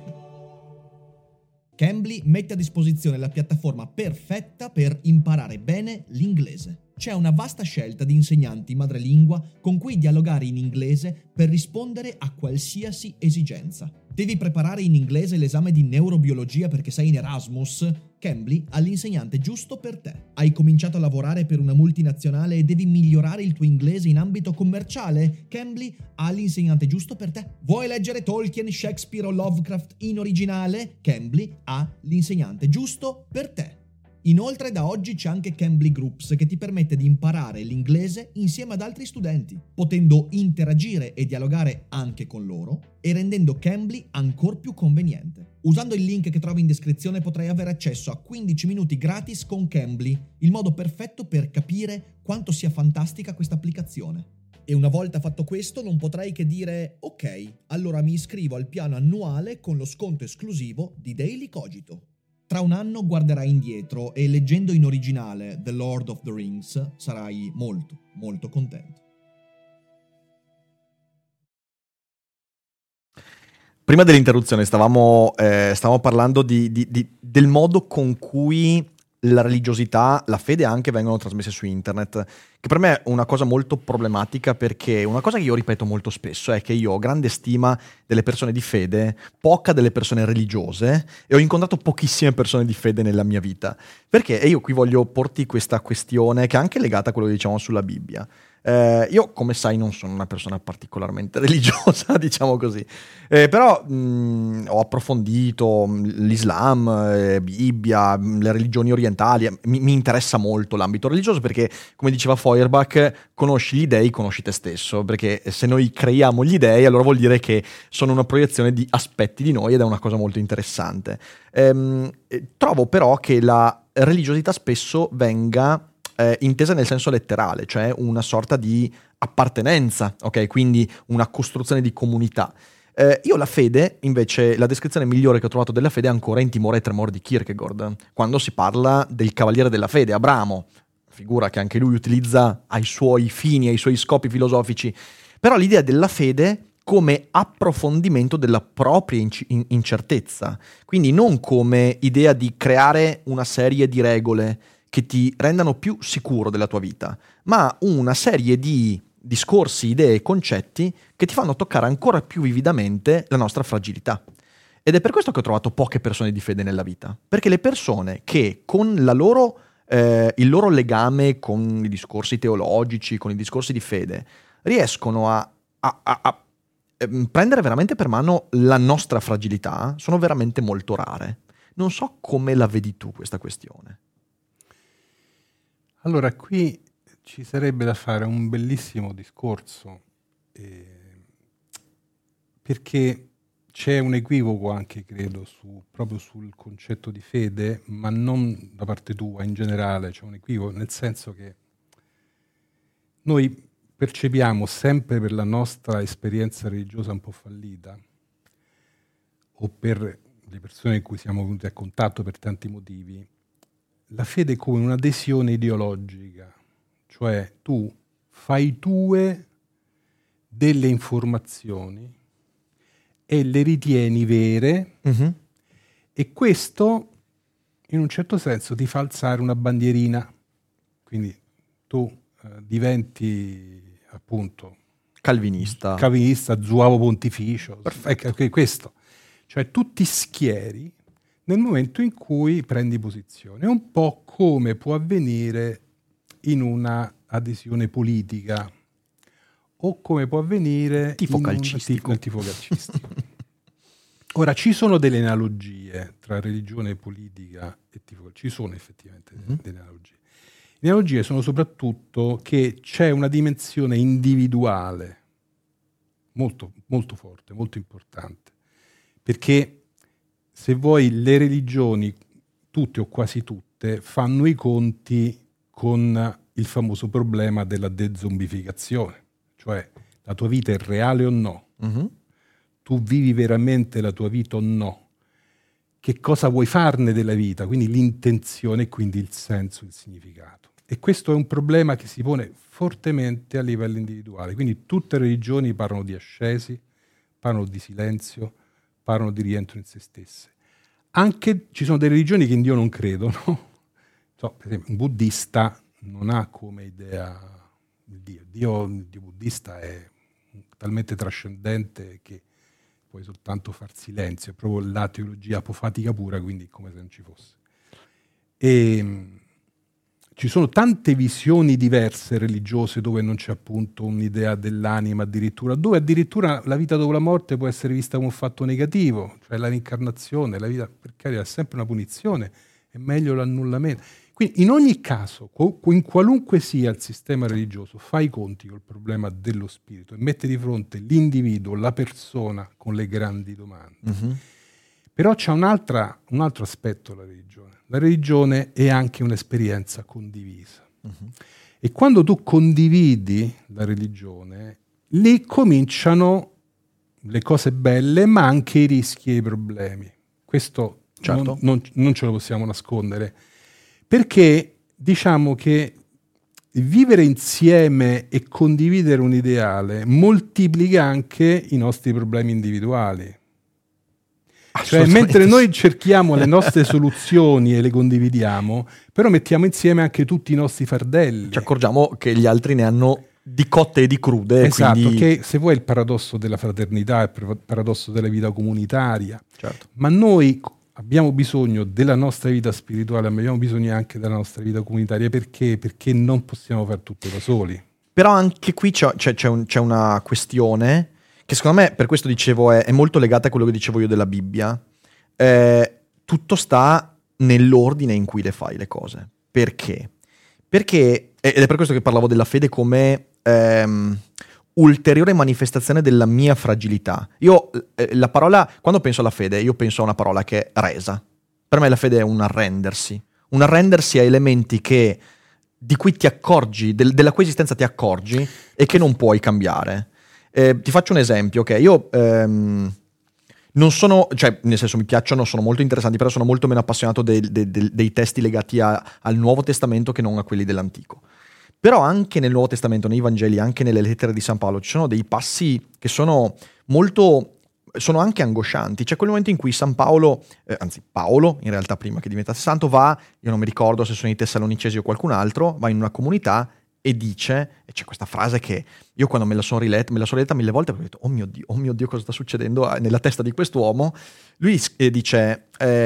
Cambly mette a disposizione la piattaforma perfetta per imparare bene l'inglese. C'è una vasta scelta di insegnanti madrelingua con cui dialogare in inglese per rispondere a qualsiasi esigenza. Devi preparare in inglese l'esame di neurobiologia perché sei in Erasmus? Cambly ha l'insegnante giusto per te. Hai cominciato a lavorare per una multinazionale e devi migliorare il tuo inglese in ambito commerciale? Cambly ha l'insegnante giusto per te. Vuoi leggere Tolkien, Shakespeare o Lovecraft in originale? Cambly ha l'insegnante giusto per te. Inoltre da oggi c'è anche Cambly Groups che ti permette di imparare l'inglese insieme ad altri studenti, potendo interagire e dialogare anche con loro e rendendo Cambly ancora più conveniente. Usando il link che trovi in descrizione potrai avere accesso a 15 minuti gratis con Cambly, il modo perfetto per capire quanto sia fantastica questa applicazione. E una volta fatto questo non potrai che dire ok, allora mi iscrivo al piano annuale con lo sconto esclusivo di Daily Cogito. Tra un anno guarderai indietro e leggendo in originale The Lord of the Rings sarai molto, molto contento. Prima dell'interruzione stavamo parlando del modo con cui la religiosità, la fede anche vengono trasmesse su internet, che per me è una cosa molto problematica perché una cosa che io ripeto molto spesso è che io ho grande stima delle persone di fede, poca delle persone religiose e ho incontrato pochissime persone di fede nella mia vita. Perché? E io qui voglio porti questa questione che è anche legata a quello che diciamo sulla Bibbia. Io, come sai, non sono una persona particolarmente religiosa, diciamo così, però ho approfondito l'Islam, Bibbia, le religioni orientali, mi interessa molto l'ambito religioso perché, come diceva Feuerbach, conosci gli dei, conosci te stesso, perché se noi creiamo gli dei allora vuol dire che sono una proiezione di aspetti di noi ed è una cosa molto interessante. Trovo però che la religiosità spesso venga intesa nel senso letterale, cioè una sorta di appartenenza, ok? Quindi una costruzione di comunità. Io la fede, invece, la descrizione migliore che ho trovato della fede è ancora in Timore e Tremore di Kierkegaard, quando si parla del cavaliere della fede, Abramo, figura che anche lui utilizza ai suoi fini, ai suoi scopi filosofici, però l'idea della fede come approfondimento della propria incertezza, quindi non come idea di creare una serie di regole che ti rendano più sicuro della tua vita, ma una serie di discorsi, idee e concetti che ti fanno toccare ancora più vividamente la nostra fragilità. Ed è per questo che ho trovato poche persone di fede nella vita, perché le persone che con il loro legame con i discorsi teologici, con i discorsi di fede, riescono a prendere veramente per mano la nostra fragilità, sono veramente molto rare. Non so come la vedi tu questa questione. Allora, qui ci sarebbe da fare un bellissimo discorso, perché c'è un equivoco anche, credo, proprio sul concetto di fede, ma non da parte tua, in generale c'è un equivoco, nel senso che noi percepiamo sempre per la nostra esperienza religiosa un po' fallita, o per le persone in cui siamo venuti a contatto per tanti motivi, la fede come un'adesione ideologica, cioè tu fai tue delle informazioni e le ritieni vere, e questo in un certo senso ti fa alzare una bandierina, quindi tu diventi appunto calvinista, zuavo pontificio, ecco, questo, cioè tu ti schieri nel momento in cui prendi posizione. È un po' come può avvenire in una adesione politica o come può avvenire nel tifo calcistico. Ora, ci sono delle analogie tra religione e politica e tifo. Ci sono effettivamente delle analogie. Le analogie sono soprattutto che c'è una dimensione individuale molto, molto forte, molto importante, perché se vuoi le religioni, tutte o quasi tutte, volte fanno i conti con il famoso problema della dezombificazione, cioè la tua vita è reale o no? Tu vivi veramente la tua vita o no? Che cosa vuoi farne della vita? Quindi l'intenzione e quindi il senso, il significato. E questo è un problema che si pone fortemente a livello individuale. Quindi tutte le religioni parlano di ascesi, parlano di silenzio, parlano di rientro in se stesse. Anche ci sono delle religioni che in Dio non credono. So, per esempio, un buddista non ha come idea il Dio. Il Dio buddista è talmente trascendente che puoi soltanto far silenzio, è proprio la teologia apofatica pura, quindi come se non ci fosse. E ci sono tante visioni diverse religiose dove non c'è appunto un'idea dell'anima addirittura, dove addirittura la vita dopo la morte può essere vista come un fatto negativo, cioè la reincarnazione, la vita per carità è sempre una punizione, è meglio l'annullamento. Quindi in ogni caso, in qualunque sia il sistema religioso, fai i conti col problema dello spirito e mette di fronte l'individuo, la persona con le grandi domande. Però c'è un altro aspetto della religione. La religione è anche un'esperienza condivisa. E quando tu condividi la religione, lì cominciano le cose belle, ma anche i rischi e i problemi. Questo certo. non ce lo possiamo nascondere. Perché diciamo che vivere insieme e condividere un ideale moltiplica anche i nostri problemi individuali. Cioè, mentre noi cerchiamo le nostre soluzioni e le condividiamo, però mettiamo insieme anche tutti i nostri fardelli. Ci accorgiamo che gli altri ne hanno di cotte e di crude. Esatto, quindi... che se vuoi è il paradosso della fraternità, il paradosso della vita comunitaria. Certo. Ma noi abbiamo bisogno della nostra vita spirituale, abbiamo bisogno anche della nostra vita comunitaria. Perché? Perché non possiamo fare tutto da soli. Però anche qui c'è una questione che secondo me, per questo dicevo, è molto legata a quello che dicevo io della Bibbia. Tutto sta nell'ordine in cui le fai le cose. Perché? Perché, ed è per questo che parlavo della fede come ulteriore manifestazione della mia fragilità. Io, la parola, quando penso alla fede, io penso a una parola che è resa. Per me la fede è un arrendersi a elementi di cui ti accorgi, della cui esistenza ti accorgi e che non puoi cambiare. Ti faccio un esempio, ok? Io non sono, cioè nel senso mi piacciono, sono molto interessanti, però sono molto meno appassionato dei testi legati al Nuovo Testamento che non a quelli dell'Antico. Però anche nel Nuovo Testamento, nei Vangeli, anche nelle lettere di San Paolo, ci sono dei passi che sono anche angoscianti. C'è quel momento in cui San Paolo, Paolo, in realtà prima che diventasse santo, io non mi ricordo se sono i Tessalonicesi o qualcun altro, va in una comunità e dice, e c'è questa frase che io quando me la sono riletta 1000 volte, ho detto, oh mio Dio, cosa sta succedendo nella testa di quest'uomo? Lui dice,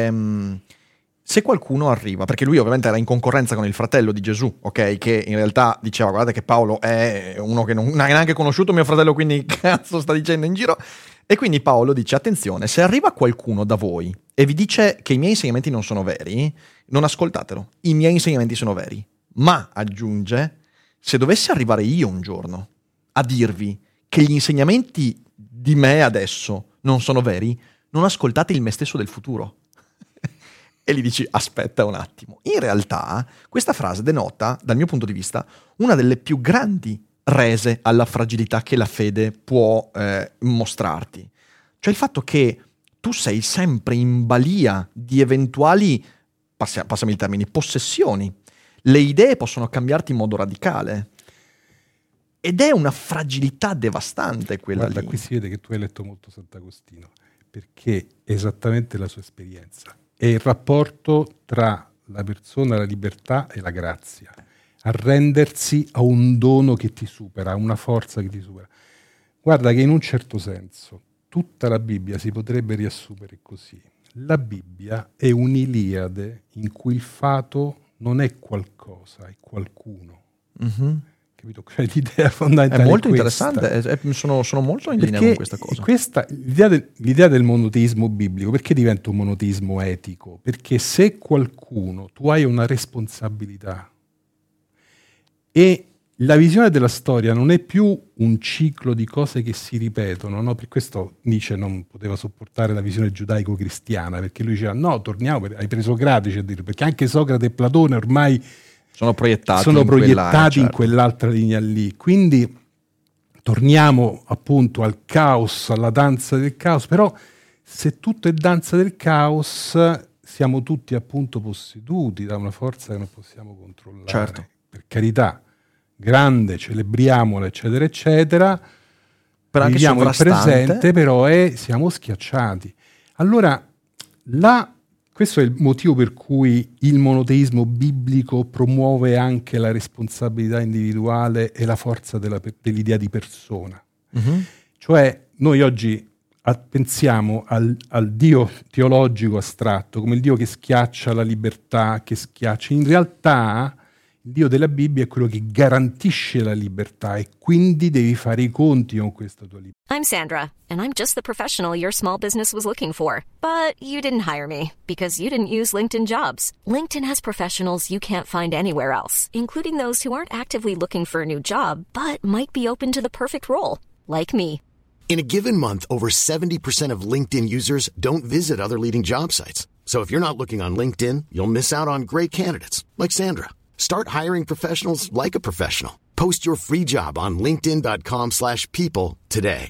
se qualcuno arriva, perché lui ovviamente era in concorrenza con il fratello di Gesù, ok? Che in realtà diceva, guardate che Paolo è uno che non ha neanche conosciuto mio fratello, quindi cazzo sta dicendo in giro? E quindi Paolo dice, attenzione, se arriva qualcuno da voi e vi dice che i miei insegnamenti non sono veri, non ascoltatelo, i miei insegnamenti sono veri. Ma, aggiunge, se dovessi arrivare io un giorno a dirvi che gli insegnamenti di me adesso non sono veri, non ascoltate il me stesso del futuro. E gli dici, aspetta un attimo. In realtà, questa frase denota, dal mio punto di vista, una delle più grandi rese alla fragilità che la fede può mostrarti. Cioè il fatto che tu sei sempre in balia di eventuali, passami il termine, possessioni. Le idee possono cambiarti in modo radicale. Ed è una fragilità devastante quella. Guarda, lì. Qui si vede che tu hai letto molto Sant'Agostino, perché è esattamente la sua esperienza. È il rapporto tra la persona, la libertà e la grazia. Arrendersi a un dono che ti supera, a una forza che ti supera. Guarda che in un certo senso tutta la Bibbia si potrebbe riassumere così. La Bibbia è un'Iliade in cui il fato non è qualcosa, è qualcuno. Mm-hmm. Capito? Cioè, l'idea fondamentale è molto è questa. interessante, sono molto in linea con questa cosa. L'idea del monoteismo biblico, perché diventa un monoteismo etico? Perché se tu hai una responsabilità e la visione della storia non è più un ciclo di cose che si ripetono, no? Per questo Nietzsche non poteva sopportare la visione giudaico-cristiana, perché lui diceva no, torniamo ai presocratici a dire, perché anche Socrate e Platone ormai sono proiettati in quell'altra linea lì. Quindi torniamo appunto al caos, alla danza del caos, però se tutto è danza del caos siamo tutti appunto posseduti da una forza che non possiamo controllare. Certo. Per carità, grande, celebriamola, eccetera, eccetera, però anche viviamo il sovrastante. presente, però siamo schiacciati. Allora, questo è il motivo per cui il monoteismo biblico promuove anche la responsabilità individuale e la forza dell'idea di persona. Cioè, noi oggi pensiamo al Dio teologico astratto come il Dio che schiaccia la libertà, che schiaccia. In realtà il Dio della Bibbia è quello che garantisce la libertà e quindi devi fare i conti con questa tua libertà. I'm Sandra, and I'm just the professional your small business was looking for. But you didn't hire me because you didn't use LinkedIn Jobs. LinkedIn has professionals you can't find anywhere else, including those who aren't actively looking for a new job, but might be open to the perfect role, like me. In a given month, over 70% of LinkedIn users don't visit other leading job sites. So if you're not looking on LinkedIn, you'll miss out on great candidates like Sandra. Start hiring professionals like a professional. Post your free job on linkedin.com/people today.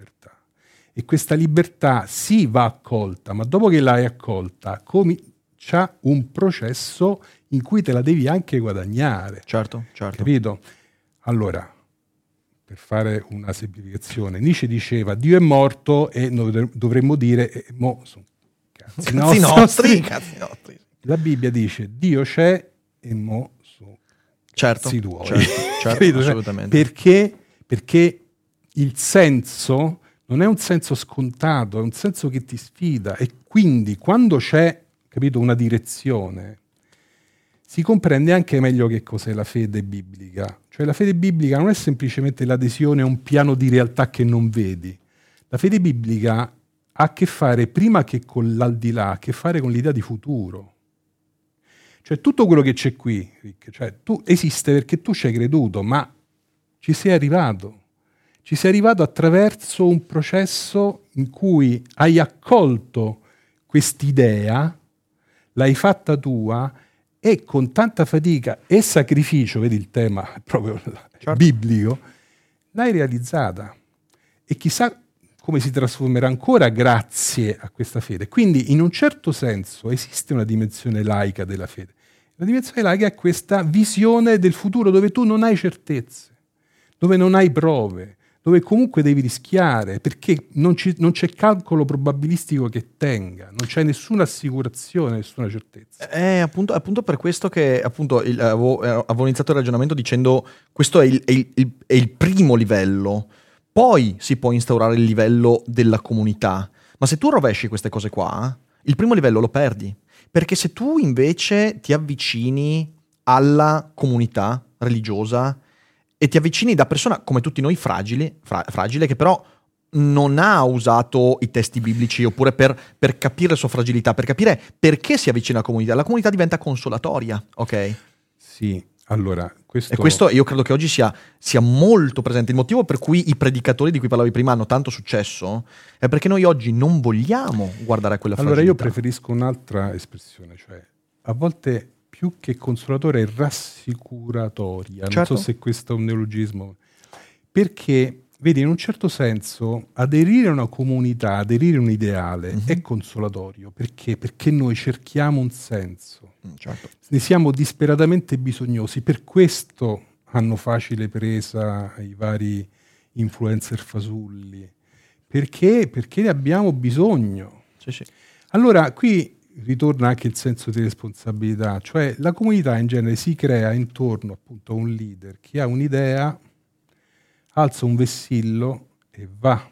E questa libertà sì va accolta, ma dopo che l'hai accolta comincia un processo in cui te la devi anche guadagnare. Certo. Capito? Allora, per fare una semplificazione, Nietzsche diceva Dio è morto e noi dovremmo dire mo sono cazzi nostri. La Bibbia dice Dio c'è e mo sono cazzi tuoi. Certo, assolutamente. Perché il senso non è un senso scontato, è un senso che ti sfida e quindi quando c'è, capito, una direzione si comprende anche meglio che cos'è la fede biblica. Cioè la fede biblica non è semplicemente l'adesione a un piano di realtà che non vedi. La fede biblica ha a che fare, prima che con l'aldilà, ha a che fare con l'idea di futuro. Cioè tutto quello che c'è qui, Rick, cioè, tu esiste perché tu ci hai creduto, ma ci sei arrivato. Ci sei arrivato attraverso un processo in cui hai accolto quest'idea, l'hai fatta tua e con tanta fatica e sacrificio, vedi il tema proprio biblico, l'hai realizzata. E chissà come si trasformerà ancora grazie a questa fede. Quindi in un certo senso esiste una dimensione laica della fede. La dimensione laica è questa visione del futuro dove tu non hai certezze, dove non hai prove, dove comunque devi rischiare, perché non c'è calcolo probabilistico che tenga, non c'è nessuna assicurazione, nessuna certezza. È appunto per questo che appunto avevo iniziato il ragionamento dicendo questo è il primo livello, poi si può instaurare il livello della comunità, ma se tu rovesci queste cose qua, il primo livello lo perdi, perché se tu invece ti avvicini alla comunità religiosa e ti avvicini da persona come tutti noi fragile che però non ha usato i testi biblici oppure per capire la sua fragilità, per capire perché si avvicina alla comunità. La comunità diventa consolatoria, ok? Sì, allora questo... E questo io credo che oggi sia molto presente. Il motivo per cui i predicatori di cui parlavi prima hanno tanto successo è perché noi oggi non vogliamo guardare a quella fragilità. Allora io preferisco un'altra espressione, cioè a volte... più che consolatoria è rassicuratoria. Certo. Non so se questo è un neologismo. Perché, vedi, in un certo senso, aderire a una comunità, aderire a un ideale è consolatorio. Perché? Perché noi cerchiamo un senso. Certo. Ne siamo disperatamente bisognosi. Per questo hanno facile presa i vari influencer fasulli. Perché? Perché ne abbiamo bisogno. Sì. Allora, qui ritorna anche il senso di responsabilità, cioè la comunità in genere si crea intorno appunto a un leader che ha un'idea, alza un vessillo e va.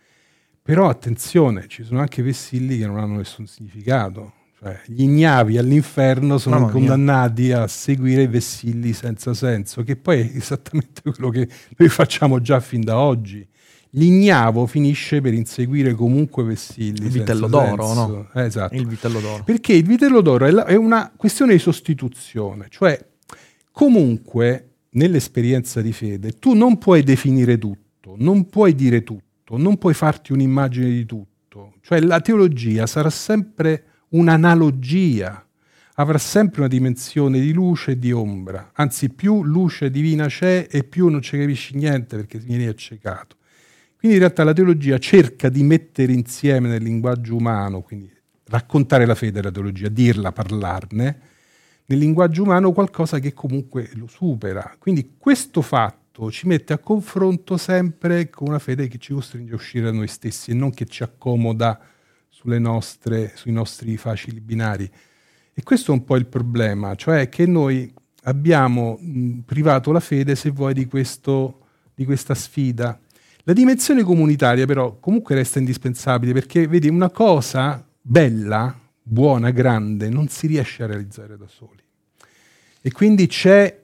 Però attenzione, ci sono anche vessilli che non hanno nessun significato, cioè gli ignavi all'inferno sono condannati a seguire i vessilli senza senso, che poi è esattamente quello che noi facciamo già fin da oggi. L'ignavo finisce per inseguire comunque vessilli. Il vitello d'oro, senso. no? Esatto. Il vitello d'oro. Perché il vitello d'oro è una questione di sostituzione, cioè comunque nell'esperienza di fede tu non puoi definire tutto, non puoi dire tutto, non puoi farti un'immagine di tutto. Cioè la teologia sarà sempre un'analogia, avrà sempre una dimensione di luce e di ombra, anzi più luce divina c'è e più non ci capisci niente perché vieni accecato. Quindi in realtà la teologia cerca di mettere insieme nel linguaggio umano, quindi raccontare la fede della teologia, dirla, parlarne, nel linguaggio umano qualcosa che comunque lo supera. Quindi questo fatto ci mette a confronto sempre con una fede che ci costringe a uscire da noi stessi e non che ci accomoda sui nostri facili binari. E questo è un po' il problema, cioè che noi abbiamo privato la fede, se vuoi, di questa sfida. La dimensione comunitaria però comunque resta indispensabile perché, vedi, una cosa bella, buona, grande, non si riesce a realizzare da soli. E quindi c'è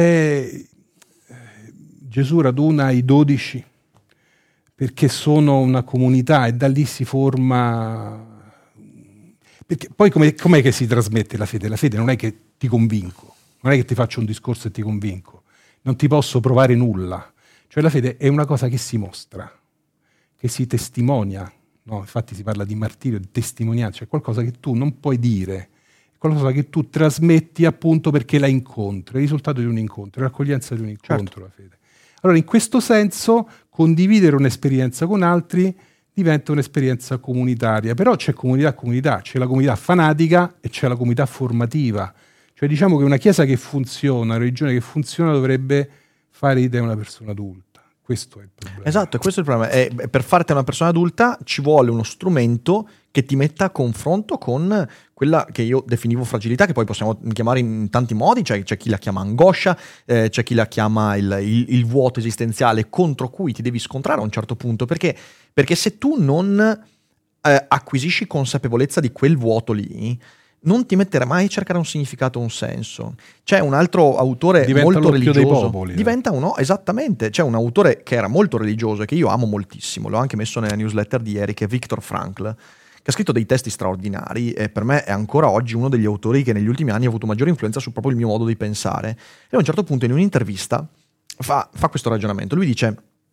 Gesù raduna i 12 perché sono una comunità e da lì si forma... Perché poi com'è che si trasmette la fede? La fede non è che ti convinco, non è che ti faccio un discorso e ti convinco, non ti posso provare nulla. Cioè la fede è una cosa che si mostra, che si testimonia, no? Infatti si parla di martirio, di testimonianza, cioè qualcosa che tu non puoi dire, qualcosa che tu trasmetti appunto perché la incontri, è il risultato di un incontro, è l'accoglienza di un incontro, certo. La fede. Allora in questo senso condividere un'esperienza con altri diventa un'esperienza comunitaria, però c'è comunità, c'è la comunità fanatica e c'è la comunità formativa, cioè diciamo che una chiesa che funziona, una religione che funziona dovrebbe fare di te una persona adulta. Questo è il problema. Esatto, questo è il problema. Per farti una persona adulta ci vuole uno strumento che ti metta a confronto con quella che io definivo fragilità, che poi possiamo chiamare in tanti modi, cioè c'è chi la chiama angoscia, c'è chi la chiama il vuoto esistenziale contro cui ti devi scontrare a un certo punto, perché se tu non acquisisci consapevolezza di quel vuoto lì, non ti metterai mai a cercare un significato, un senso. C'è un altro autore molto religioso. Diventa l'occhio dei popoli. Diventa uno, esattamente. C'è un autore che era molto religioso e che io amo moltissimo, l'ho anche messo nella newsletter di ieri, che è Viktor Frankl, che ha scritto dei testi straordinari e per me è ancora oggi uno degli autori che negli ultimi anni ha avuto maggiore influenza su proprio il mio modo di pensare. E a un certo punto in un'intervista fa questo ragionamento. Lui dice...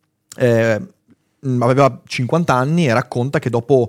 aveva 50 anni e racconta che dopo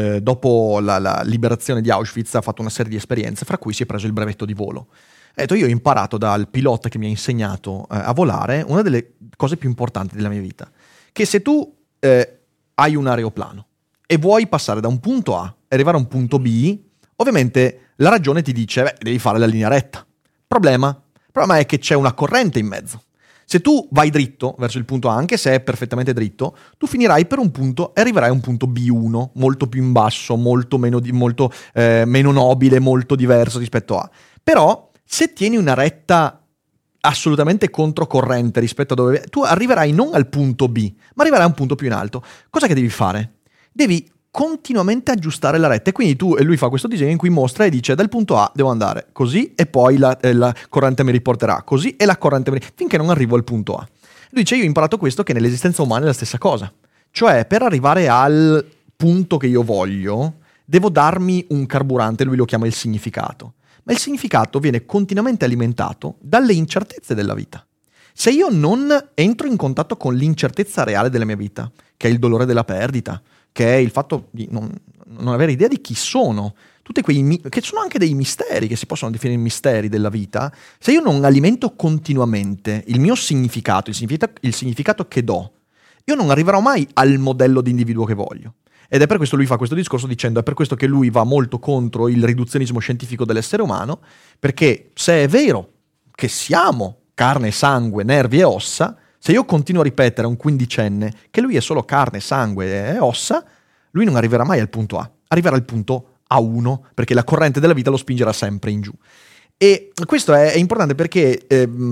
la liberazione di Auschwitz ha fatto una serie di esperienze, fra cui si è preso il brevetto di volo. Ha detto: io ho imparato dal pilota che mi ha insegnato a volare una delle cose più importanti della mia vita, che se tu hai un aeroplano e vuoi passare da un punto A e arrivare a un punto B, ovviamente la ragione ti dice devi fare la linea retta. Il problema è che c'è una corrente in mezzo. Se tu vai dritto verso il punto A, anche se è perfettamente dritto, tu finirai per un punto e arriverai a un punto B1, molto più in basso, molto meno nobile, molto diverso rispetto a. Però, se tieni una retta assolutamente controcorrente rispetto a dove... tu arriverai non al punto B, ma arriverai a un punto più in alto. Cosa che devi fare? Devi continuamente aggiustare la retta, e quindi lui fa questo disegno in cui mostra e dice: dal punto A devo andare così e poi la corrente mi riporterà così e la corrente finché non arrivo al punto A. Lui dice: io ho imparato questo, che nell'esistenza umana è la stessa cosa, cioè per arrivare al punto che io voglio devo darmi un carburante, lui lo chiama il significato, ma il significato viene continuamente alimentato dalle incertezze della vita. Se io non entro in contatto con l'incertezza reale della mia vita, che è il dolore della perdita, che è il fatto di non avere idea di chi sono, tutti quei che sono anche dei misteri, che si possono definire misteri della vita, se io non alimento continuamente il mio significato, il significato che do, io non arriverò mai al modello di individuo che voglio. Ed è per questo lui fa questo discorso dicendo: è per questo che lui va molto contro il riduzionismo scientifico dell'essere umano, perché se è vero che siamo carne, sangue, nervi e ossa, se io continuo a ripetere a un quindicenne che lui è solo carne, sangue e ossa, lui non arriverà mai al punto A, arriverà al punto A1, perché la corrente della vita lo spingerà sempre in giù. E questo è importante perché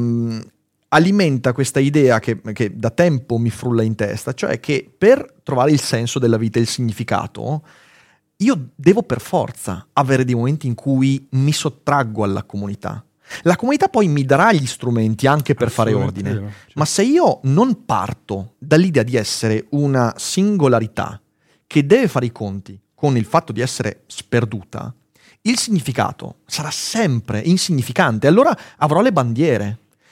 alimenta questa idea che da tempo mi frulla in testa, cioè che per trovare il senso della vita e il significato, io devo per forza avere dei momenti in cui mi sottraggo alla comunità. La comunità poi mi darà gli strumenti anche per fare ordine, certo. Ma se io non parto dall'idea di essere una singolarità che deve fare i conti con il fatto di essere sperduta, il significato sarà sempre insignificante. Allora avrò le bandiere.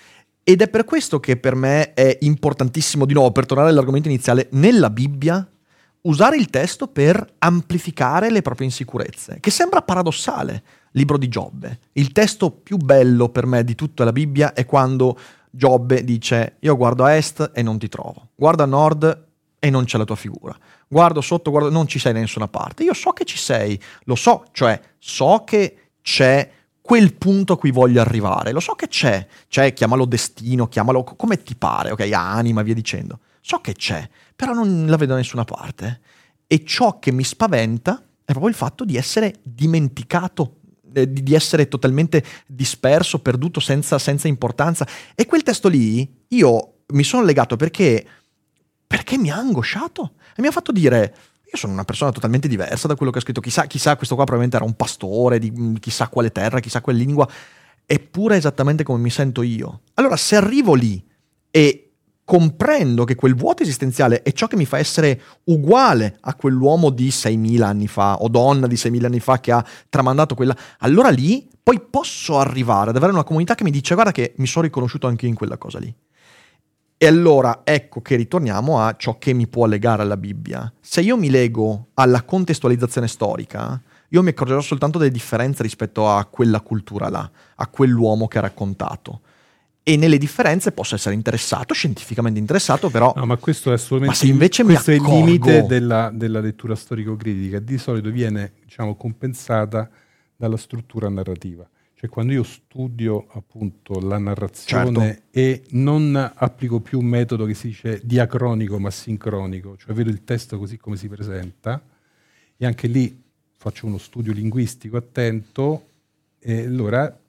Ed è per questo che per me è importantissimo, di nuovo, per tornare all'argomento iniziale, nella Bibbia usare il testo per amplificare le proprie insicurezze, che sembra paradossale. Libro di Giobbe. Il testo più bello per me di tutta la Bibbia è quando Giobbe dice: io guardo a est e non ti trovo, guardo a nord e non c'è la tua figura, guardo sotto, guardo, non ci sei da nessuna parte. Io so che ci sei, lo so, cioè so che c'è quel punto a cui voglio arrivare, lo so che c'è, chiamalo destino, chiamalo come ti pare, ok, anima, via dicendo. So che c'è, però non la vedo da nessuna parte. E ciò che mi spaventa è proprio il fatto di essere dimenticato, di essere totalmente disperso, perduto, senza importanza. E quel testo lì io mi sono legato perché mi ha angosciato e mi ha fatto dire: io sono una persona totalmente diversa da quello che ha scritto. Chissà, questo qua probabilmente era un pastore di chissà quale terra, chissà quale lingua, eppure è esattamente come mi sento io. Allora, se arrivo lì e comprendo che quel vuoto esistenziale è ciò che mi fa essere uguale a quell'uomo di 6.000 anni fa o donna di 6.000 anni fa che ha tramandato quella, allora lì poi posso arrivare ad avere una comunità che mi dice: guarda che mi sono riconosciuto anche in quella cosa lì. E allora ecco che ritorniamo a ciò che mi può legare alla Bibbia. Se io mi lego alla contestualizzazione storica, io mi accorgerò soltanto delle differenze rispetto a quella cultura là, a quell'uomo che ha raccontato. E nelle differenze posso essere interessato, scientificamente interessato, però... No, ma questo è assolutamente... Ma se invece questo mi è il accorgo... limite della lettura storico-critica. Di solito viene, compensata dalla struttura narrativa. Cioè, quando io studio appunto la narrazione, certo, e non applico più un metodo che si dice diacronico ma sincronico, cioè vedo il testo così come si presenta, e anche lì faccio uno studio linguistico attento, e allora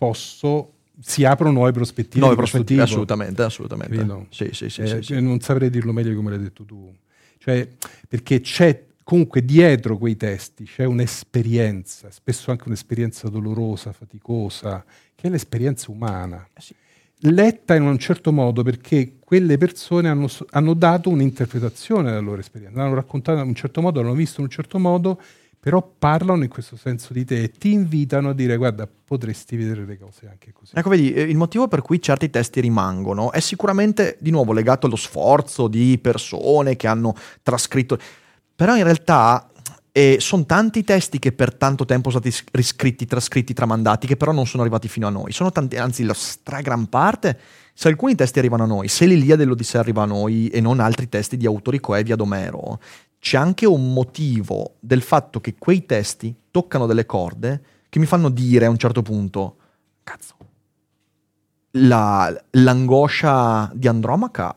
si aprono nuove prospettive. Nuove prospettive, assolutamente. Sì. Non saprei dirlo meglio come l'hai detto tu. Cioè, perché c'è comunque dietro quei testi c'è un'esperienza, spesso anche un'esperienza dolorosa, faticosa, che è l'esperienza umana. Sì. Letta in un certo modo perché quelle persone hanno dato un'interpretazione della loro esperienza, l'hanno raccontata in un certo modo, l'hanno visto in un certo modo, però parlano in questo senso di te e ti invitano a dire: guarda, potresti vedere le cose anche così. Ecco, vedi, il motivo per cui certi testi rimangono è sicuramente, di nuovo, legato allo sforzo di persone che hanno trascritto, però in realtà sono tanti testi che per tanto tempo sono stati riscritti, trascritti, tramandati, che però non sono arrivati fino a noi. Sono tanti, anzi la gran parte. Se alcuni testi arrivano a noi, se l'Iliade e l'Odissea arriva a noi e non altri testi di autori coevi ad Omero, c'è anche un motivo del fatto che quei testi toccano delle corde che mi fanno dire a un certo punto: cazzo, l'angoscia di Andromaca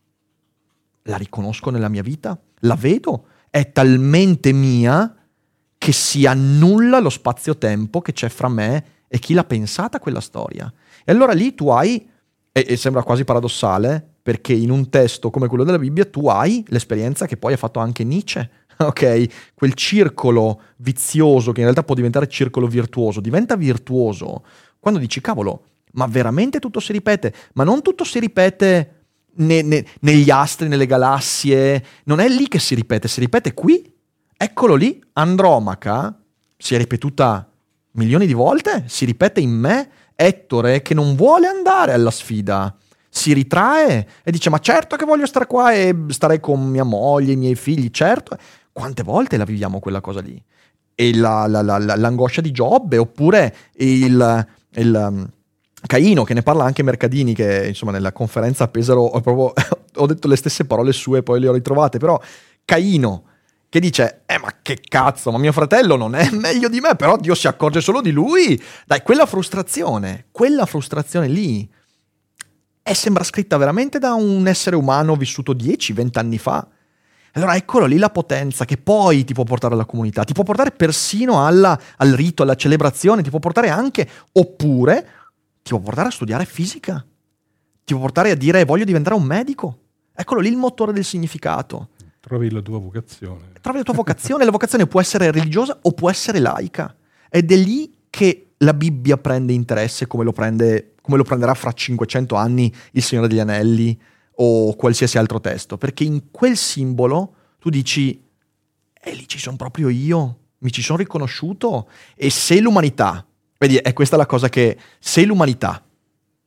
la riconosco nella mia vita, la vedo, è talmente mia che si annulla lo spazio-tempo che c'è fra me e chi l'ha pensata quella storia. E allora lì tu hai, e sembra quasi paradossale, perché in un testo come quello della Bibbia tu hai l'esperienza che poi ha fatto anche Nietzsche, ok? Quel circolo vizioso che in realtà può diventare circolo virtuoso, diventa virtuoso quando dici: cavolo, ma veramente tutto si ripete? Ma non tutto si ripete negli astri, nelle galassie, non è lì che si ripete qui, eccolo lì, Andromaca si è ripetuta milioni di volte, si ripete in me, Ettore che non vuole andare alla sfida, si ritrae e dice: ma certo che voglio stare qua e stare con mia moglie, i miei figli, certo. Quante volte la viviamo quella cosa lì? E l'angoscia di Giobbe, oppure il Caino, che ne parla anche Mercadini, che insomma nella conferenza a Pesaro ho detto le stesse parole sue, poi le ho ritrovate, però Caino che dice: ma che cazzo, ma mio fratello non è meglio di me, però Dio si accorge solo di lui. Dai, quella frustrazione lì sembra scritta veramente da un essere umano vissuto 10-20 anni fa. Allora eccolo lì la potenza che poi ti può portare alla comunità, ti può portare persino al rito, alla celebrazione, ti può portare anche, oppure ti può portare a studiare fisica, ti può portare a dire: voglio diventare un medico. Eccolo lì il motore del significato. Trovi la tua vocazione. Trovi la tua vocazione, la vocazione può essere religiosa o può essere laica. Ed è lì che la Bibbia prende interesse, come lo prenderà fra 500 anni il Signore degli Anelli o qualsiasi altro testo. Perché in quel simbolo tu dici: lì ci sono proprio io, mi ci sono riconosciuto. E se l'umanità, vedi, è questa la cosa, che se l'umanità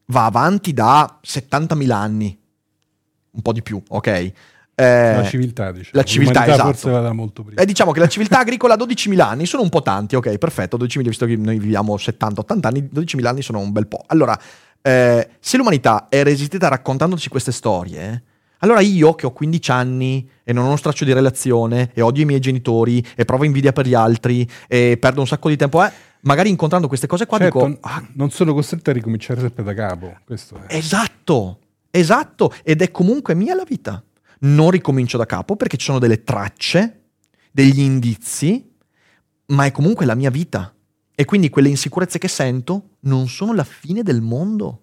va avanti da 70.000 anni, un po' di più, ok? La civiltà, diciamo. La civiltà, L'umanità esatto. forse va da molto prima. Diciamo che la civiltà agricola ha 12.000 anni, sono un po' tanti, ok, perfetto, 12.000, visto che noi viviamo 70-80 anni, 12.000 anni sono un bel po'. Allora, se l'umanità è resistita raccontandoci queste storie, allora io che ho 15 anni e non ho uno straccio di relazione e odio i miei genitori e provo invidia per gli altri e perdo un sacco di tempo, magari incontrando queste cose qua Certo, dico... non sono costretto a ricominciare sempre da capo. Questo è. Esatto, ed è comunque mia la vita. Non ricomincio da capo perché ci sono delle tracce, degli indizi, ma è comunque la mia vita. E quindi quelle insicurezze che sento non sono la fine del mondo.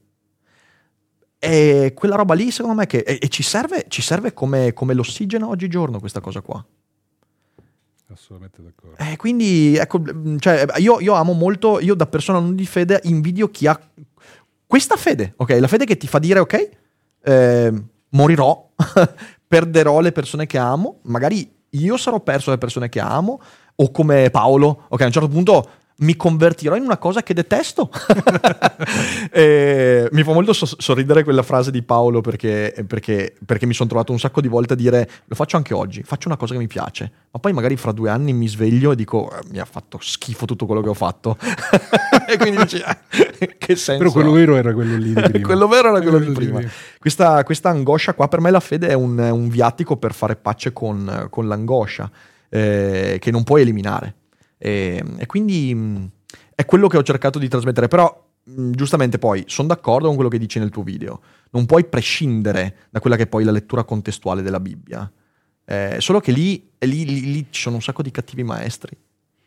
E quella roba lì, secondo me, e ci serve come l'ossigeno oggigiorno questa cosa qua. Assolutamente d'accordo. Quindi, ecco, cioè, io amo molto, io da persona non di fede invidio chi ha questa fede, ok? La fede che ti fa dire, ok, morirò, perderò le persone che amo, magari io sarò perso le persone che amo, o come Paolo, ok, a un certo punto mi convertirò in una cosa che detesto. Mi fa molto sorridere quella frase di Paolo perché mi sono trovato un sacco di volte a dire lo faccio anche oggi, faccio una cosa che mi piace, ma poi magari fra 2 anni mi sveglio e dico mi ha fatto schifo tutto quello che ho fatto. E quindi dici che senso? Però quello vero era quello lì di prima. Quello vero era quello di prima. Questa angoscia qua, per me la fede è un viatico per fare pace con l'angoscia che non puoi eliminare. E quindi è quello che ho cercato di trasmettere. Però giustamente poi sono d'accordo con quello che dici nel tuo video, non puoi prescindere da quella che è poi la lettura contestuale della Bibbia, solo che lì ci sono un sacco di cattivi maestri.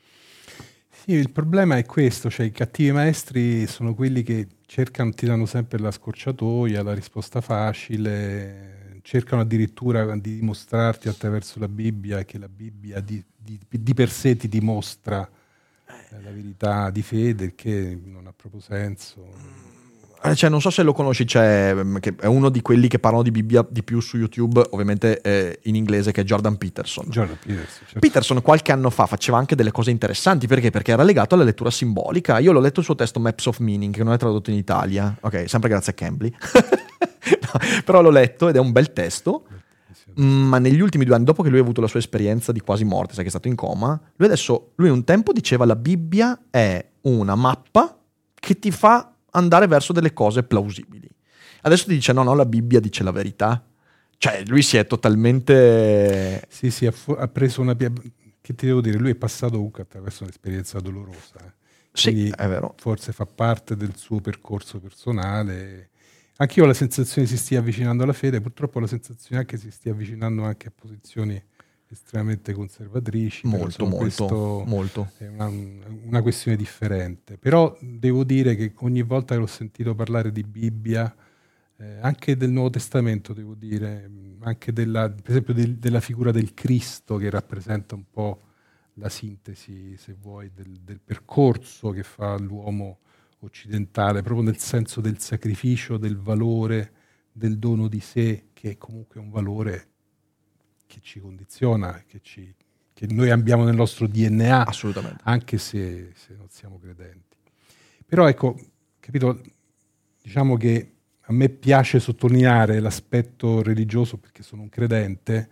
Sì, il problema è questo, cioè i cattivi maestri sono quelli che ti danno sempre la scorciatoia, la risposta facile, cercano addirittura di dimostrarti attraverso la Bibbia che la Bibbia di per sé ti dimostra la verità di fede, che non ha proprio senso. Cioè, non so se lo conosci, che è uno di quelli che parlano di Bibbia di più su YouTube, ovviamente in inglese, che è Jordan Peterson. Certo. Peterson qualche anno fa faceva anche delle cose interessanti, perché era legato alla lettura simbolica. Io l'ho letto il suo testo Maps of Meaning, che non è tradotto in Italia, ok, sempre grazie a Cambly. No, però l'ho letto ed è un bel testo. Ma negli ultimi 2 anni, dopo che lui ha avuto la sua esperienza di quasi morte, sai che è stato in coma, lui un tempo diceva la Bibbia è una mappa che ti fa andare verso delle cose plausibili. Adesso ti dice no, la Bibbia dice la verità. Cioè lui si è totalmente... Sì, ha preso una... Che ti devo dire, lui è passato comunque attraverso un'esperienza dolorosa. Sì, è vero. Forse fa parte del suo percorso personale. Anch'io ho la sensazione che si stia avvicinando alla fede, purtroppo ho la sensazione che si stia avvicinando anche a posizioni estremamente conservatrici. Molto. È una questione differente. Però devo dire che ogni volta che l'ho sentito parlare di Bibbia, anche del Nuovo Testamento, devo dire, anche per esempio della figura del Cristo, che rappresenta un po' la sintesi, se vuoi, del percorso che fa l'uomo occidentale, proprio nel senso del sacrificio, del valore, del dono di sé, che è comunque un valore che ci condiziona, che noi abbiamo nel nostro DNA, assolutamente, anche se non siamo credenti. Però ecco, capito, diciamo che a me piace sottolineare l'aspetto religioso perché sono un credente,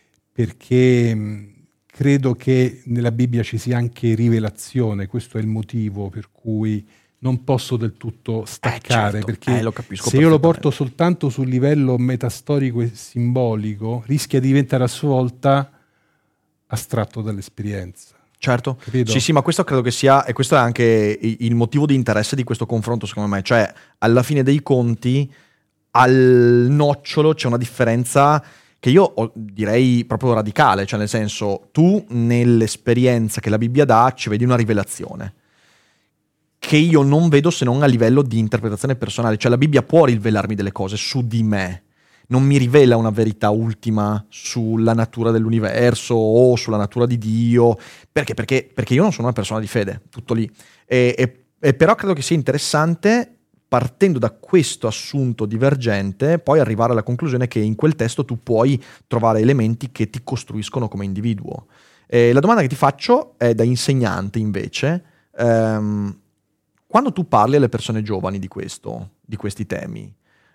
perché credo che nella Bibbia ci sia anche rivelazione. Questo è il motivo per cui non posso del tutto staccare, certo, perché lo capisco se io lo porto soltanto sul livello metastorico e simbolico, rischia di diventare a sua volta astratto dall'esperienza. Certo, capito? Sì, ma questo credo che sia, e questo è anche il motivo di interesse di questo confronto, secondo me, cioè alla fine dei conti, al nocciolo c'è una differenza che io direi proprio radicale, cioè nel senso, tu nell'esperienza che la Bibbia dà ci vedi una rivelazione che io non vedo se non a livello di interpretazione personale. Cioè la Bibbia può rivelarmi delle cose su di me, non mi rivela una verità ultima sulla natura dell'universo o sulla natura di Dio, perché io non sono una persona di fede, tutto lì. E però credo che sia interessante, partendo da questo assunto divergente, poi arrivare alla conclusione che in quel testo tu puoi trovare elementi che ti costruiscono come individuo. La domanda che ti faccio è da insegnante invece. Quando tu parli alle persone giovani di questo, di questi temi.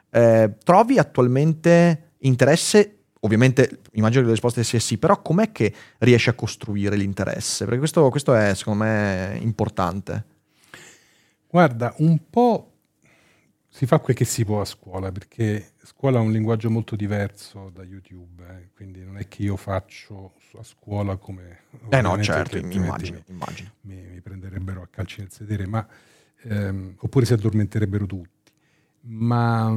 Trovi attualmente interesse? Ovviamente immagino che la risposta sia sì, però com'è che riesci a costruire l'interesse? Perché questo è secondo me importante. Guarda, un po' si fa quel che si può a scuola, perché scuola ha un linguaggio molto diverso da YouTube, quindi non è che io faccio a scuola come... No, certo, immagino. Mi prenderebbero a calci nel sedere, ma oppure si addormenterebbero tutti. Ma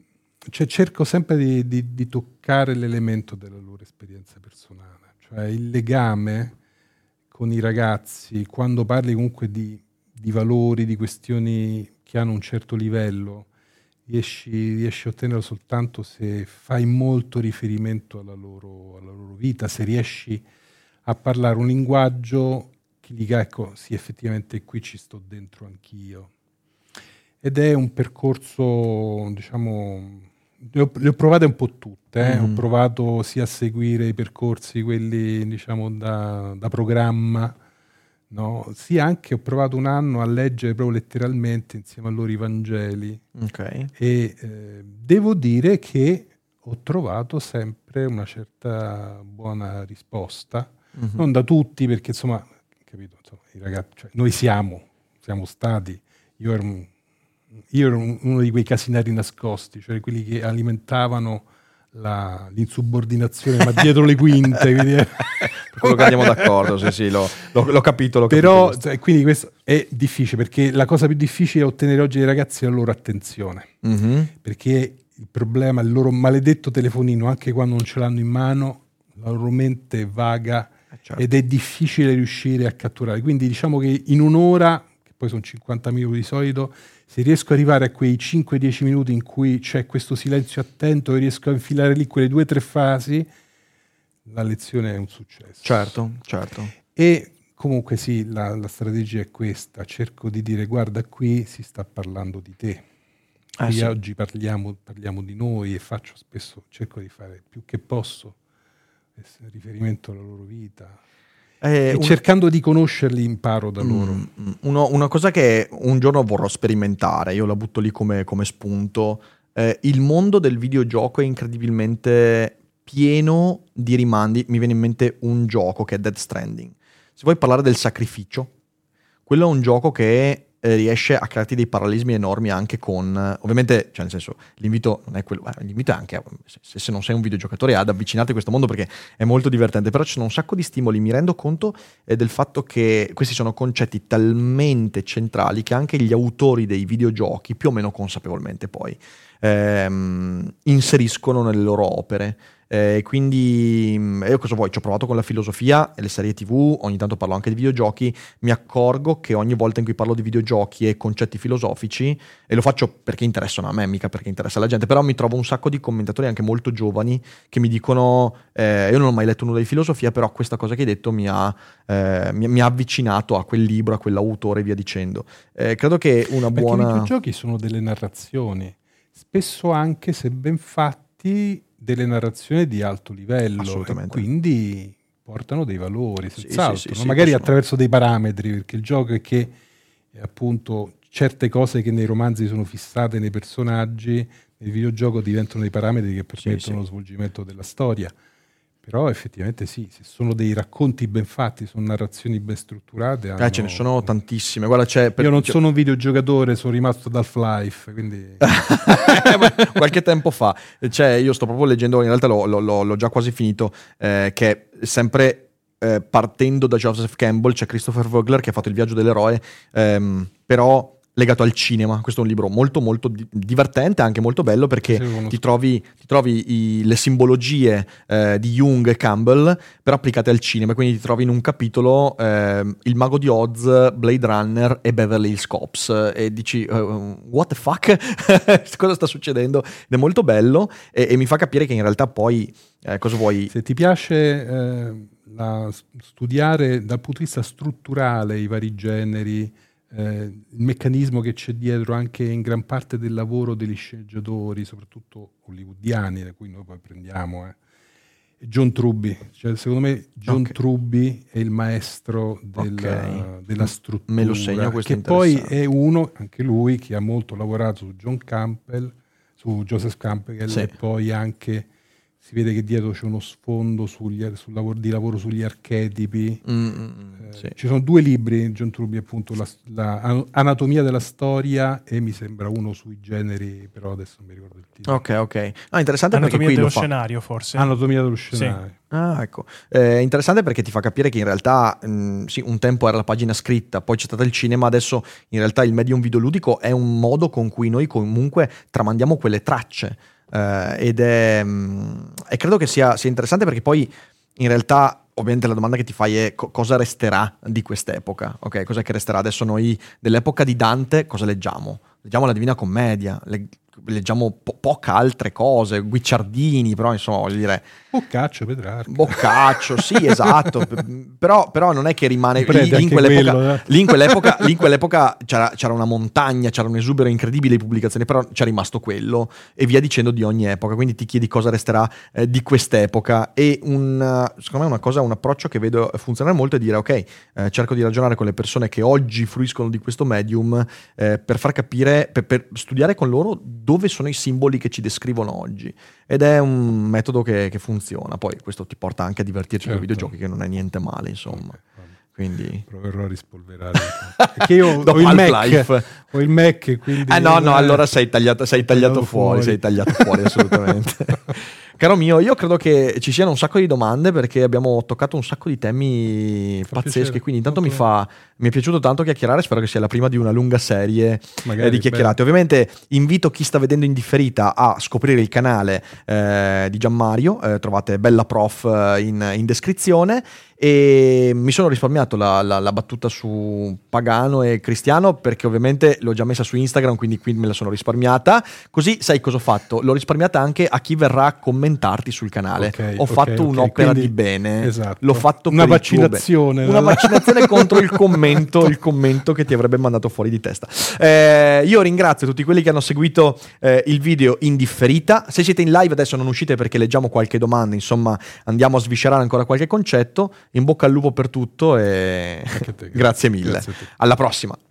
cerco sempre di toccare l'elemento della loro esperienza personale, cioè il legame con i ragazzi, quando parli comunque di valori, di questioni che hanno un certo livello, riesci a ottenerlo soltanto se fai molto riferimento alla loro vita, se riesci a parlare un linguaggio che dica, ecco, sì, effettivamente qui ci sto dentro anch'io. Ed è un percorso, diciamo, le ho provate un po' tutte, ho provato sia a seguire i percorsi, quelli, diciamo, da programma, no? Sì, anche ho provato un anno a leggere proprio letteralmente insieme a loro i Vangeli. Okay. E devo dire che ho trovato sempre una certa buona risposta, non da tutti, perché insomma, capito, insomma, i ragazzi, cioè, noi siamo stati, io ero uno di quei casinari nascosti, cioè quelli che alimentavano l'insubordinazione, ma dietro le quinte. Quindi... Quello che andiamo d'accordo, sì, l'ho capito. Però, quindi questo è difficile, perché la cosa più difficile da ottenere oggi dai ragazzi è la loro attenzione. Perché il problema, il loro maledetto telefonino, anche quando non ce l'hanno in mano, la loro mente è vaga, certo, ed è difficile riuscire a catturare. Quindi diciamo che in un'ora, che poi sono 50 minuti di solito, se riesco ad arrivare a quei 5-10 minuti in cui c'è questo silenzio attento e riesco a infilare lì quelle 2-3 fasi, la lezione è un successo. Certo. E comunque sì, la strategia è questa, cerco di dire, guarda, qui si sta parlando di te. Qui oggi parliamo di noi, e cerco di fare più che posso riferimento alla loro vita. Cercando di conoscerli imparo da loro. Una cosa che un giorno vorrò sperimentare, io la butto lì come spunto, il mondo del videogioco è incredibilmente pieno di rimandi. Mi viene in mente un gioco che è Death Stranding. Se vuoi parlare del sacrificio, quello è un gioco che riesce a crearti dei parallelismi enormi anche con, ovviamente, cioè nel senso, l'invito non è quello, l'invito è anche, se non sei un videogiocatore, ad avvicinarti a questo mondo, perché è molto divertente, però ci sono un sacco di stimoli. Mi rendo conto del fatto che questi sono concetti talmente centrali che anche gli autori dei videogiochi, più o meno consapevolmente poi, inseriscono nelle loro opere. Quindi io cosa vuoi? Ci ho provato con la filosofia e le serie TV, ogni tanto parlo anche di videogiochi, mi accorgo che ogni volta in cui parlo di videogiochi e concetti filosofici, e lo faccio perché interessano a me, mica perché interessa alla gente, però mi trovo un sacco di commentatori anche molto giovani che mi dicono io non ho mai letto nulla di filosofia, però questa cosa che hai detto mi ha avvicinato a quel libro, a quell'autore e via dicendo. Credo che una buona... Perché i videogiochi sono delle narrazioni, spesso anche, se ben fatti, delle narrazioni di alto livello, assolutamente, e quindi portano dei valori, senz'altro, sì, magari possono... attraverso dei parametri, perché il gioco è che appunto certe cose che nei romanzi sono fissate nei personaggi, nel videogioco diventano dei parametri che permettono lo svolgimento della storia. Però effettivamente sì, se sono dei racconti ben fatti, sono narrazioni ben strutturate. Ce ne sono tantissime. Guarda, io non sono un videogiocatore, sono rimasto ad Half-Life, quindi... Qualche tempo fa. Io sto proprio leggendo, in realtà l'ho già quasi finito, che sempre partendo da Joseph Campbell c'è Christopher Vogler che ha fatto Il viaggio dell'eroe, però legato al cinema. Questo è un libro molto molto divertente, anche molto bello, perché ti trovi le simbologie di Jung e Campbell però applicate al cinema, quindi ti trovi in un capitolo Il mago di Oz, Blade Runner e Beverly Hills Cops, e dici what the fuck? Cosa sta succedendo? Ed è molto bello e mi fa capire che in realtà poi cosa vuoi... Se ti piace studiare dal punto di vista strutturale i vari generi, il meccanismo che c'è dietro anche in gran parte del lavoro degli sceneggiatori, soprattutto hollywoodiani, da cui noi poi prendiamo, John Truby, cioè, secondo me John Ok. Truby è il maestro Ok. della struttura, Me lo segno, questo che è poi interessante. è uno, anche lui, che ha molto lavorato su John Campbell, su Joseph Campbell, Sì. e poi anche si vede che dietro c'è uno sfondo sul lavoro sugli archetipi. Sì. Ci sono 2 libri, John Truby, appunto, la Anatomia della storia, e mi sembra uno sui generi, però adesso non mi ricordo il titolo. Ok. No, interessante perché Anatomia qui dello lo fa. scenario, forse. Anatomia dello scenario. Ah, ecco. Interessante perché ti fa capire che in realtà sì, un tempo era la pagina scritta, poi c'è stato il cinema, adesso in realtà il medium videoludico è un modo con cui noi comunque tramandiamo quelle tracce. E credo che sia interessante perché poi in realtà ovviamente la domanda che ti fai è cosa resterà di quest'epoca, ok? Cos'è che resterà? Adesso noi dell'epoca di Dante cosa leggiamo? Leggiamo la Divina Commedia, leggiamo poca altre cose, Guicciardini, però insomma voglio dire Boccaccio, Petrarca. Boccaccio, sì, esatto, però non è che rimane Prende lì in anche quell'epoca, quello, lì in quell'epoca c'era una montagna, c'era un esubero incredibile di pubblicazioni, però c'è rimasto quello e via dicendo di ogni epoca, quindi ti chiedi cosa resterà di quest'epoca e secondo me un approccio che vedo funzionare molto è dire ok, cerco di ragionare con le persone che oggi fruiscono di questo medium per far capire, per studiare con loro dove sono i simboli che ci descrivono oggi, ed è un metodo che funziona. Poi questo ti porta anche a divertirci con i Certo. videogiochi, che non è niente male, insomma. Quindi Proverò a rispolverare perché io Dopo ho il Mac, Half-Life. ho il Mac e quindi no, allora sei tagliato tagliato fuori, fuori. sei tagliato fuori assolutamente. Caro mio, io credo che ci siano un sacco di domande perché abbiamo toccato un sacco di temi pazzeschi, piacere. quindi intanto mi Molto è piaciuto tanto chiacchierare, spero che sia la prima di una lunga serie Magari, di chiacchierate. Ovviamente invito chi sta vedendo in differita a scoprire il canale di Gianmario, trovate Bella Prof in descrizione, e mi sono risparmiato la battuta su Pagano e Cristiano perché ovviamente l'ho già messa su Instagram, quindi qui me la sono risparmiata, così sai cosa ho fatto? L'ho risparmiata anche a chi verrà a commentarti sul canale. Ok, Ho fatto un'opera quindi- di bene, esatto. l'ho fatto Una per il tuo vaccinazione. una vaccinazione contro il commento che ti avrebbe mandato fuori di testa. Io ringrazio tutti quelli che hanno seguito il video in differita. Se siete in live adesso non uscite perché leggiamo qualche domanda, insomma andiamo a sviscerare ancora qualche concetto. In bocca al lupo per tutto e Anche a te, grazie mille. Grazie a te. Alla prossima.